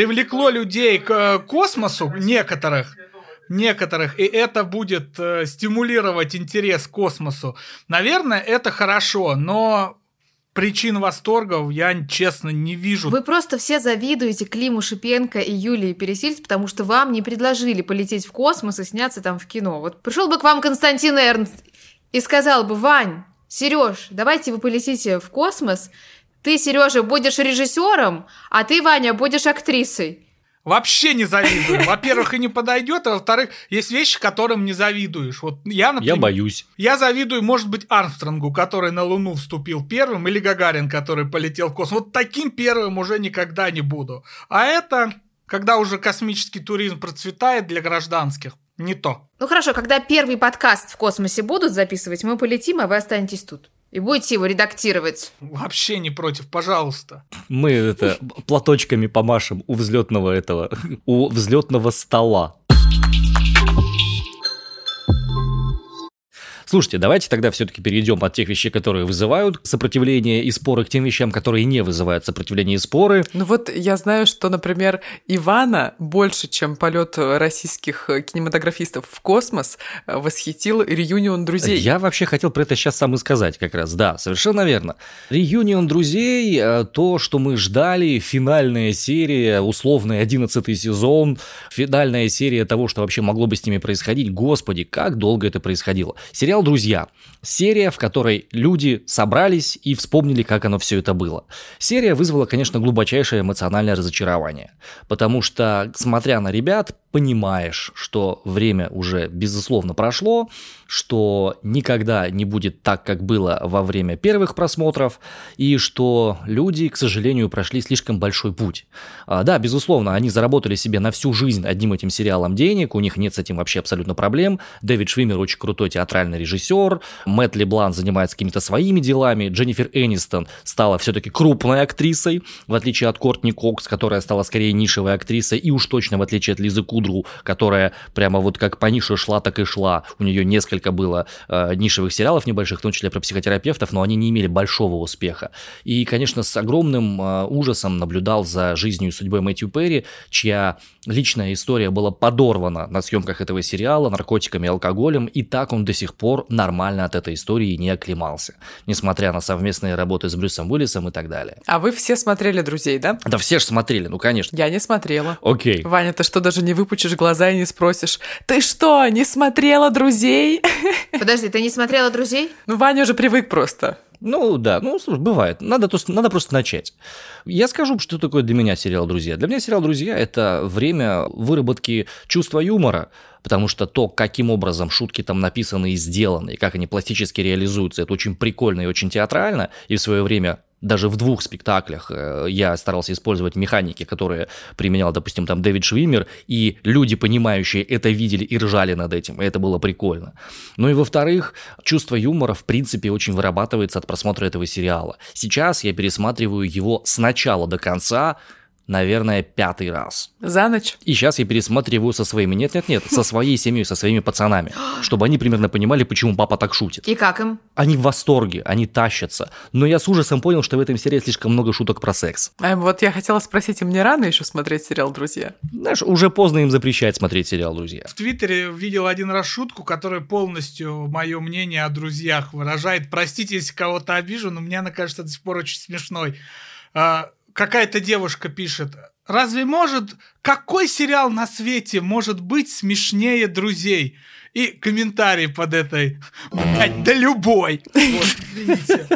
к космосу, некоторых, и это будет стимулировать интерес к космосу, наверное, это хорошо, но причин восторгов я, честно, не вижу. Вы просто все завидуете Климу Шипенко и Юлии Пересильд, потому что вам не предложили полететь в космос и сняться там в кино. Вот пришел бы к вам Константин Эрнст и сказал бы: Вань, Сереж, давайте вы полетите в космос, ты, Сережа, будешь режиссером, а ты, Ваня, будешь актрисой. Вообще не завидую. Во-первых, и не подойдет, а во-вторых, есть вещи, которым не завидуешь. Вот я, например, я боюсь. Я завидую, может быть, Армстронгу, который на Луну вступил первым, или Гагарин, который полетел в космос. Вот таким первым уже никогда не буду. А это, когда уже космический туризм процветает для гражданских, не то. Хорошо, когда первый подкаст в космосе будут записывать, мы полетим, а вы останетесь тут. И будете его редактировать. Вообще не против, пожалуйста. Мы платочками помашем у взлетного стола. Слушайте, давайте тогда все-таки перейдем от тех вещей, которые вызывают сопротивление и споры, к тем вещам, которые не вызывают сопротивление и споры. Ну вот я знаю, что, например, Ивана больше, чем полет российских кинематографистов в космос, восхитил реюнион друзей. Я вообще хотел про это сейчас сам и сказать как раз. Да, совершенно верно. Реюнион друзей, то, что мы ждали, финальная серия, условный 11-й сезон, финальная серия того, что вообще могло бы с ними происходить. Господи, как долго это происходило. Сериал «Друзья». Серия, в которой люди собрались и вспомнили, как оно все это было. Серия вызвала, конечно, глубочайшее эмоциональное разочарование. Потому что, смотря на ребят, понимаешь, что время уже, безусловно, прошло, что никогда не будет так, как было во время первых просмотров, и что люди, к сожалению, прошли слишком большой путь. Да, безусловно, они заработали себе на всю жизнь одним этим сериалом денег, у них нет с этим вообще абсолютно проблем. Дэвид Швиммер очень крутой театральный режиссер, Мэтт Леблан занимается какими-то своими делами, Дженнифер Энистон стала все-таки крупной актрисой, в отличие от Кортни Кокс, которая стала скорее нишевой актрисой, и уж точно в отличие от Лизы Кудру, которая прямо вот как по нише шла, так и шла. У нее несколько было нишевых сериалов небольших, в том числе про психотерапевтов, но они не имели большого успеха. И, конечно, с огромным ужасом наблюдал за жизнью и судьбой Мэтью Перри, чья личная история была подорвана на съемках этого сериала наркотиками и алкоголем, и так он до сих пор нормально от этой истории не оклемался, несмотря на совместные работы с Брюсом Уиллисом и так далее. А вы все смотрели «Друзей», да? Да все же смотрели, ну конечно. Я не смотрела. Окей. Ваня, ты что, даже не выпучишь глаза и не спросишь: ты что, не смотрела «Друзей»? Подожди, ты не смотрела «Друзей»? Ну, Ваня уже привык просто. Ну да, ну слушай, бывает. Надо просто начать. Я скажу, что такое для меня сериал «Друзья». Для меня сериал «Друзья» — это время выработки чувства юмора, потому что то, каким образом шутки там написаны и сделаны, и как они пластически реализуются, это очень прикольно и очень театрально, и в свое время даже в 2 спектаклях я старался использовать механики, которые применял, допустим, там Дэвид Швиммер, и люди, понимающие это, видели и ржали над этим, и это было прикольно. Ну и во-вторых, чувство юмора, в принципе, очень вырабатывается от просмотра этого сериала. Сейчас я пересматриваю его с начала до конца, наверное, 5-й раз. За ночь? И сейчас я пересматриваю со своими, нет, со своей семьей, со своими пацанами, чтобы они примерно понимали, почему папа так шутит. И как им? Они в восторге, они тащатся. Но я с ужасом понял, что в этом сериале слишком много шуток про секс. Вот я хотела спросить, им не рано еще смотреть сериал «Друзья»? Знаешь, уже поздно им запрещать смотреть сериал «Друзья». В Твиттере видел один раз шутку, которая полностью мое мнение о «Друзьях» выражает. Простите, если кого-то обижу, но мне она кажется до сих пор очень смешной. Какая-то девушка пишет: разве какой сериал на свете может быть смешнее «Друзей»? И комментарий под этой: блядь, да любой. Вот, извините.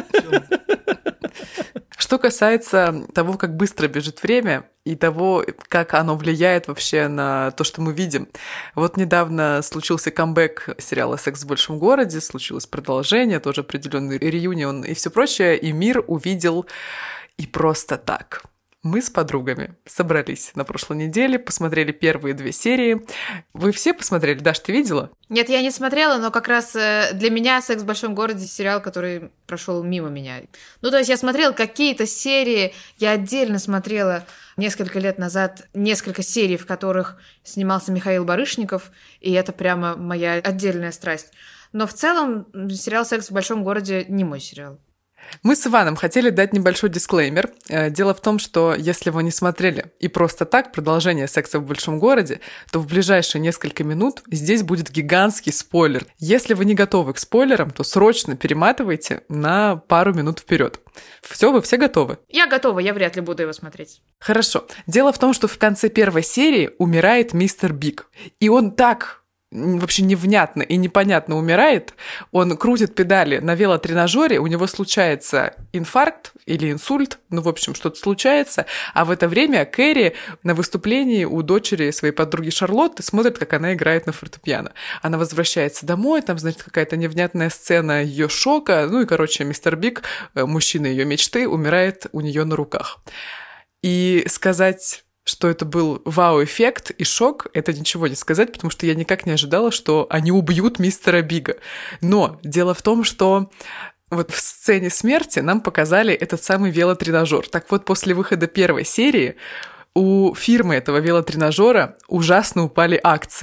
Что касается того, как быстро бежит время, и того, как оно влияет вообще на то, что мы видим. Вот недавно случился камбэк сериала «Секс в большом городе», случилось продолжение, тоже определенный реюнион и все прочее, и мир увидел и просто так. Мы с подругами собрались на прошлой неделе, посмотрели первые 2 серии. Вы все посмотрели? Даш, ты видела? Нет, я не смотрела, но как раз для меня «Секс в большом городе» сериал, который прошел мимо меня. Ну, то есть я смотрела какие-то серии, я отдельно смотрела несколько лет назад несколько серий, в которых снимался Михаил Барышников, и это прямо моя отдельная страсть. Но в целом сериал «Секс в большом городе» не мой сериал. Мы с Иваном хотели дать небольшой дисклеймер. Дело в том, что если вы не смотрели и просто так продолжение «Секса в большом городе», то в ближайшие несколько минут здесь будет гигантский спойлер. Если вы не готовы к спойлерам, то срочно перематывайте на пару минут вперед. Все, вы все готовы? Я готова, я вряд ли буду его смотреть. Хорошо. Дело в том, что в конце первой серии умирает мистер Биг. И он так вообще невнятно и непонятно умирает, он крутит педали на велотренажере, у него случается инфаркт или инсульт, ну, в общем, что-то случается, а в это время Кэрри на выступлении у дочери своей подруги Шарлотты смотрит, как она играет на фортепиано. Она возвращается домой, там, значит, какая-то невнятная сцена ее шока, ну и, короче, мистер Биг, мужчина ее мечты, умирает у нее на руках. И сказать, что это был вау-эффект и шок, это ничего не сказать, потому что я никак не ожидала, что они убьют мистера Бига. Но дело в том, что вот в сцене смерти нам показали этот самый велотренажер. Так вот, после выхода первой серии у фирмы этого велотренажера ужасно упали акции.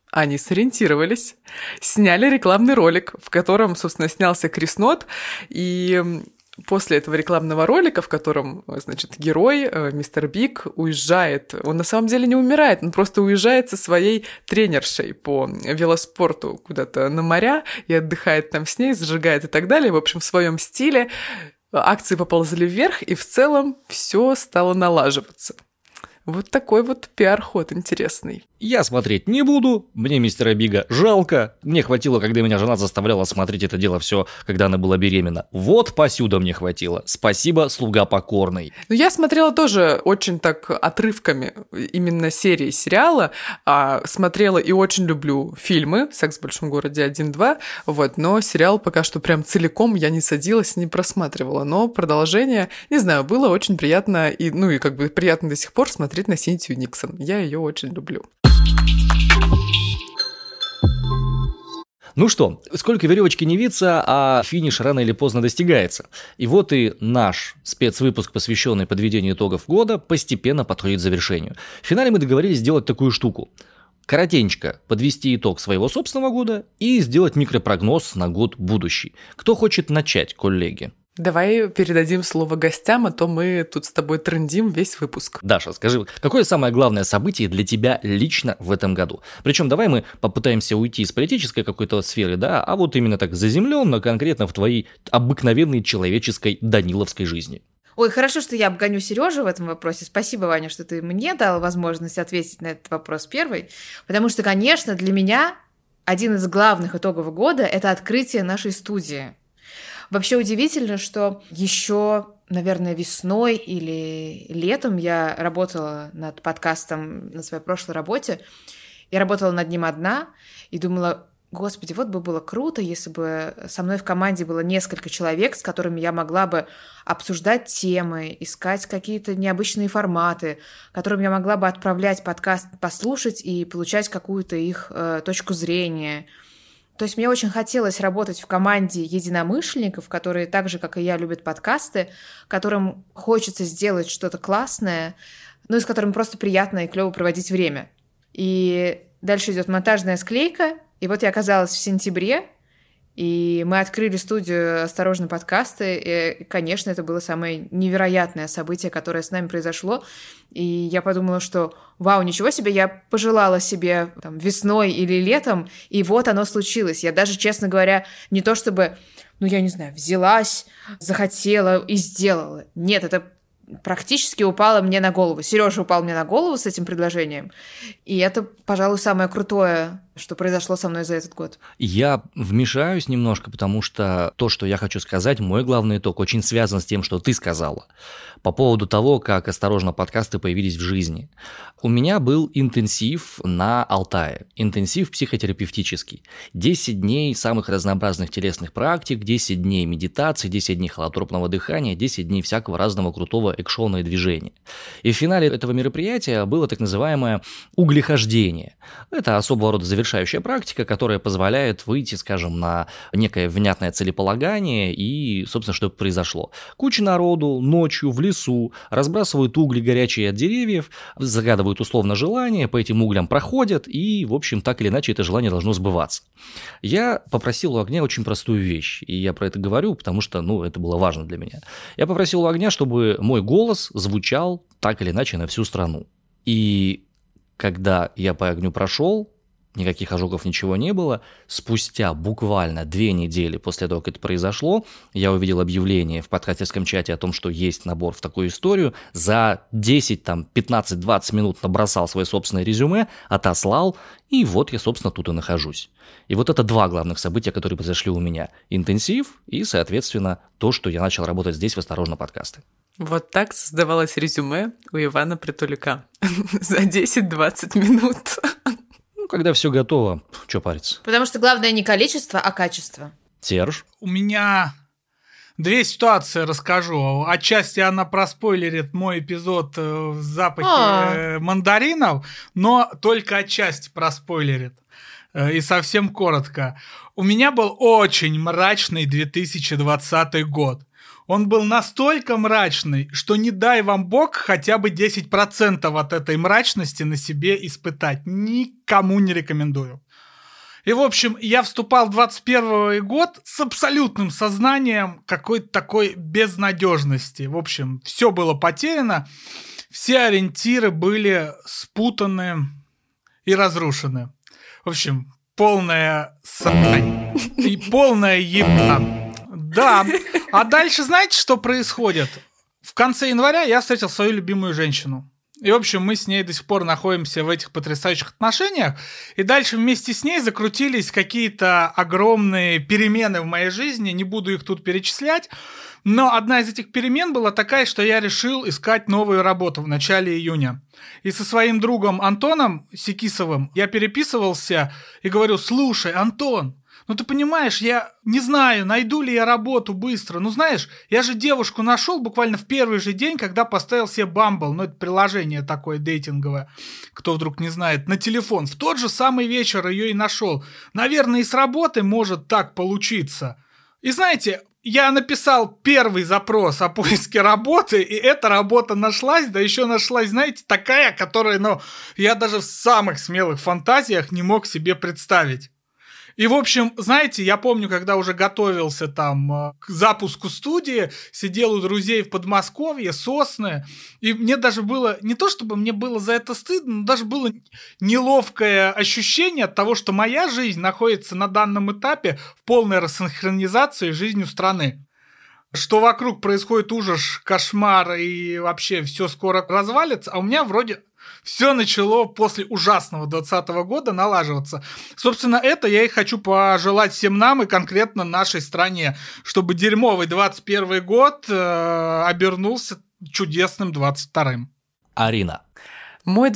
Они сориентировались, сняли рекламный ролик, в котором, собственно, снялся Крис Нот, и после этого рекламного ролика, в котором, значит, герой, мистер Биг, уезжает, он на самом деле не умирает, он просто уезжает со своей тренершей по велоспорту куда-то на моря и отдыхает там с ней, зажигает и так далее, в общем, в своем стиле. Акции поползли вверх, и в целом все стало налаживаться. Вот такой вот пиар-ход интересный. Я смотреть не буду, мне мистера Бига жалко. Мне хватило, когда меня жена заставляла смотреть это дело все, когда она была беременна. Вот посюда мне хватило. Спасибо, слуга покорный. Ну, я смотрела тоже очень так отрывками именно серии сериала. Смотрела и очень люблю фильмы «Секс в большом городе 1-2», вот, но сериал пока что прям целиком я не садилась, не просматривала. Но продолжение, не знаю, было очень приятно, и как бы приятно до сих пор смотреть на Синтию Никсон. Я ее очень люблю. Ну что, сколько веревочки не виться, а финиш рано или поздно достигается. И вот и наш спецвыпуск, посвященный подведению итогов года, постепенно подходит к завершению. В финале мы договорились сделать такую штуку. Коротенько подвести итог своего собственного года и сделать микропрогноз на год будущий. Кто хочет начать, коллеги? Давай передадим слово гостям, а то мы тут с тобой трындим весь выпуск. Даша, скажи, какое самое главное событие для тебя лично в этом году? Причем давай мы попытаемся уйти из политической какой-то сферы, да, а вот именно так заземленно, конкретно в твоей обыкновенной человеческой даниловской жизни. Ой, хорошо, что я обгоню Сережу в этом вопросе. Спасибо, Ваня, что ты мне дал возможность ответить на этот вопрос первый. Потому что, конечно, для меня один из главных итогов года – это открытие нашей студии. Вообще удивительно, что еще, наверное, весной или летом я работала над подкастом на своей прошлой работе. Я работала над ним одна и думала, господи, вот бы было круто, если бы со мной в команде было несколько человек, с которыми я могла бы обсуждать темы, искать какие-то необычные форматы, которым я могла бы отправлять подкаст послушать и получать какую-то их точку зрения. То есть мне очень хотелось работать в команде единомышленников, которые так же, как и я, любят подкасты, которым хочется сделать что-то классное, и с которыми просто приятно и клево проводить время. И дальше идет монтажная склейка, и вот я оказалась в сентябре, и мы открыли студию «Осторожно, подкасты», и, конечно, это было самое невероятное событие, которое с нами произошло, и я подумала, что вау, ничего себе, я пожелала себе там, весной или летом, и вот оно случилось. Я даже, честно говоря, не то чтобы, я не знаю, взялась, захотела и сделала. Нет, это практически упало мне на голову. Сережа упал мне на голову с этим предложением. И это, пожалуй, самое крутое, что произошло со мной за этот год. Я вмешаюсь немножко, потому что то, что я хочу сказать, мой главный итог очень связан с тем, что ты сказала. По поводу того, как «Осторожно, подкасты» появились в жизни. У меня был интенсив на Алтае, интенсив психотерапевтический. 10 дней самых разнообразных телесных практик, 10 дней медитации, 10 дней холотропного дыхания, 10 дней всякого разного крутого экшона и движения. И в финале этого мероприятия было так называемое углехождение. Это особого рода завершающая практика, которая позволяет выйти, скажем, на некое внятное целеполагание и, собственно, что произошло. Куча народу ночью в лесу разбрасывают угли горячие от деревьев, загадывают условно желание, по этим углям проходят, и, в общем, так или иначе это желание должно сбываться. Я попросил у огня очень простую вещь, и я про это говорю, потому что, это было важно для меня. Я попросил у огня, чтобы мой голос звучал так или иначе на всю страну. И когда я по огню прошел, никаких ожогов, ничего не было. Спустя буквально 2 недели после того, как это произошло, я увидел объявление в подкастерском чате о том, что есть набор в такую историю. За 10, 15-20 минут набросал свое собственное резюме, отослал, и вот я, собственно, тут и нахожусь. И вот это 2 главных события, которые произошли у меня. Интенсив и, соответственно, то, что я начал работать здесь в «Осторожно, подкасты». Вот так создавалось резюме у Ивана Притулюка. За 10-20 минут. Когда все готово, что париться? Потому что главное не количество, а качество. Серж? У меня 2 ситуации расскажу. Отчасти она проспойлерит мой эпизод в запахе мандаринов, но только отчасти проспойлерит. И совсем коротко. У меня был очень мрачный 2020 год. Он был настолько мрачный, что не дай вам Бог хотя бы 10% от этой мрачности на себе испытать. Никому не рекомендую. И, в общем, я вступал в 21 год с абсолютным сознанием какой-то такой безнадежности. В общем, все было потеряно, все ориентиры были спутаны и разрушены. В общем, полная срань и полная еба. Да. А дальше знаете, что происходит? В конце января я встретил свою любимую женщину. И, в общем, мы с ней до сих пор находимся в этих потрясающих отношениях. И дальше вместе с ней закрутились какие-то огромные перемены в моей жизни. Не буду их тут перечислять. Но одна из этих перемен была такая, что я решил искать новую работу в начале июня. И со своим другом Антоном Секисовым я переписывался и говорю: слушай, Антон, ну ты понимаешь, я не знаю, найду ли я работу быстро. Ну знаешь, я же девушку нашел буквально в первый же день, когда поставил себе Bumble, ну это приложение такое дейтинговое, кто вдруг не знает, на телефон. В тот же самый вечер ее и нашел. Наверное, и с работы может так получиться. И знаете, я написал первый запрос о поиске работы, и эта работа нашлась, да еще нашлась, знаете, такая, которая, ну, я даже в самых смелых фантазиях не мог себе представить. И, в общем, знаете, я помню, когда уже готовился там к запуску студии, сидел у друзей в Подмосковье, Сосны, и мне даже было, не то чтобы мне было за это стыдно, но даже было неловкое ощущение от того, что моя жизнь находится на данном этапе в полной рассинхронизации с жизнью страны. Что вокруг происходит ужас, кошмар и вообще все скоро развалится, а у меня вроде все начало после ужасного 2020 года налаживаться. Собственно, это я и хочу пожелать всем нам и конкретно нашей стране, чтобы дерьмовый 21 год обернулся чудесным 22-м. Арина. Мой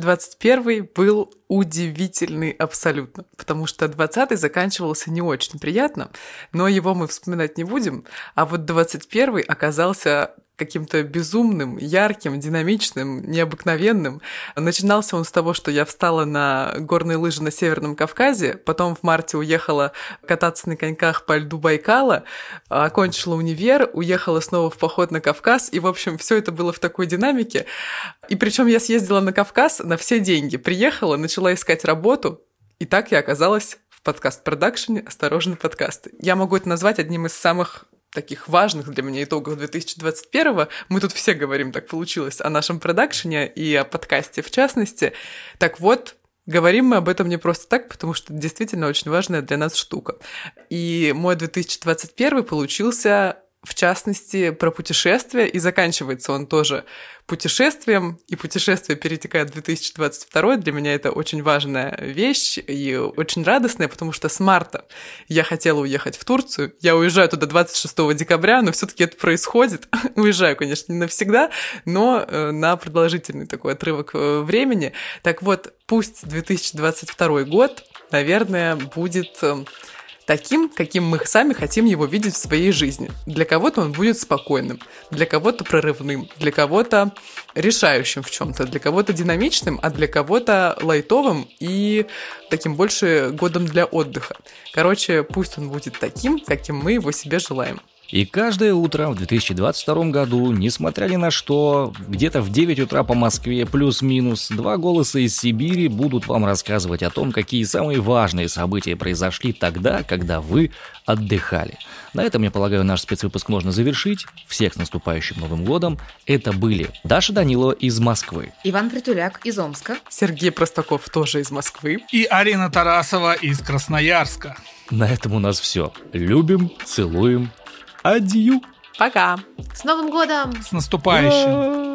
2021 был удивительный абсолютно, потому что 2020 заканчивался не очень приятно, но его мы вспоминать не будем, а вот 2021 оказался каким-то безумным, ярким, динамичным, необыкновенным. Начинался он с того, что я встала на горные лыжи на Северном Кавказе, потом в марте уехала кататься на коньках по льду Байкала, окончила универ, уехала снова в поход на Кавказ, и, в общем, все это было в такой динамике. И причем я съездила на Кавказ на все деньги, приехала, начала искать работу, и так я оказалась в подкаст-продакшене «Осторожно, подкасты». Я могу это назвать одним из самых таких важных для меня итогов 2021-го. Мы тут все говорим, так получилось, о нашем продакшене и о подкасте в частности. Так вот, говорим мы об этом не просто так, потому что это действительно очень важная для нас штука. И мой 2021 получился, в частности, про путешествия, и заканчивается он тоже путешествием, и путешествие перетекает в 2022. Для меня это очень важная вещь и очень радостная, потому что с марта я хотела уехать в Турцию. Я уезжаю туда 26 декабря, но все-таки это происходит. Уезжаю, конечно, не навсегда, но на продолжительный такой отрывок времени. Так вот, пусть 2022 год, наверное, будет таким, каким мы сами хотим его видеть в своей жизни. Для кого-то он будет спокойным, для кого-то прорывным, для кого-то решающим в чем-то, для кого-то динамичным, а для кого-то лайтовым и таким больше годом для отдыха. Короче, пусть он будет таким, каким мы его себе желаем. И каждое утро в 2022 году, несмотря ни на что, где-то в 9 утра по Москве плюс-минус, два голоса из Сибири будут вам рассказывать о том, какие самые важные события произошли тогда, когда вы отдыхали. На этом, я полагаю, наш спецвыпуск можно завершить. Всех с наступающим Новым годом. Это были Даша Данилова из Москвы, Иван Притуляк из Омска, Сергей Простаков тоже из Москвы и Арина Тарасова из Красноярска. На этом у нас все. Любим, целуем. Адью! Пока! С Новым годом! С наступающим!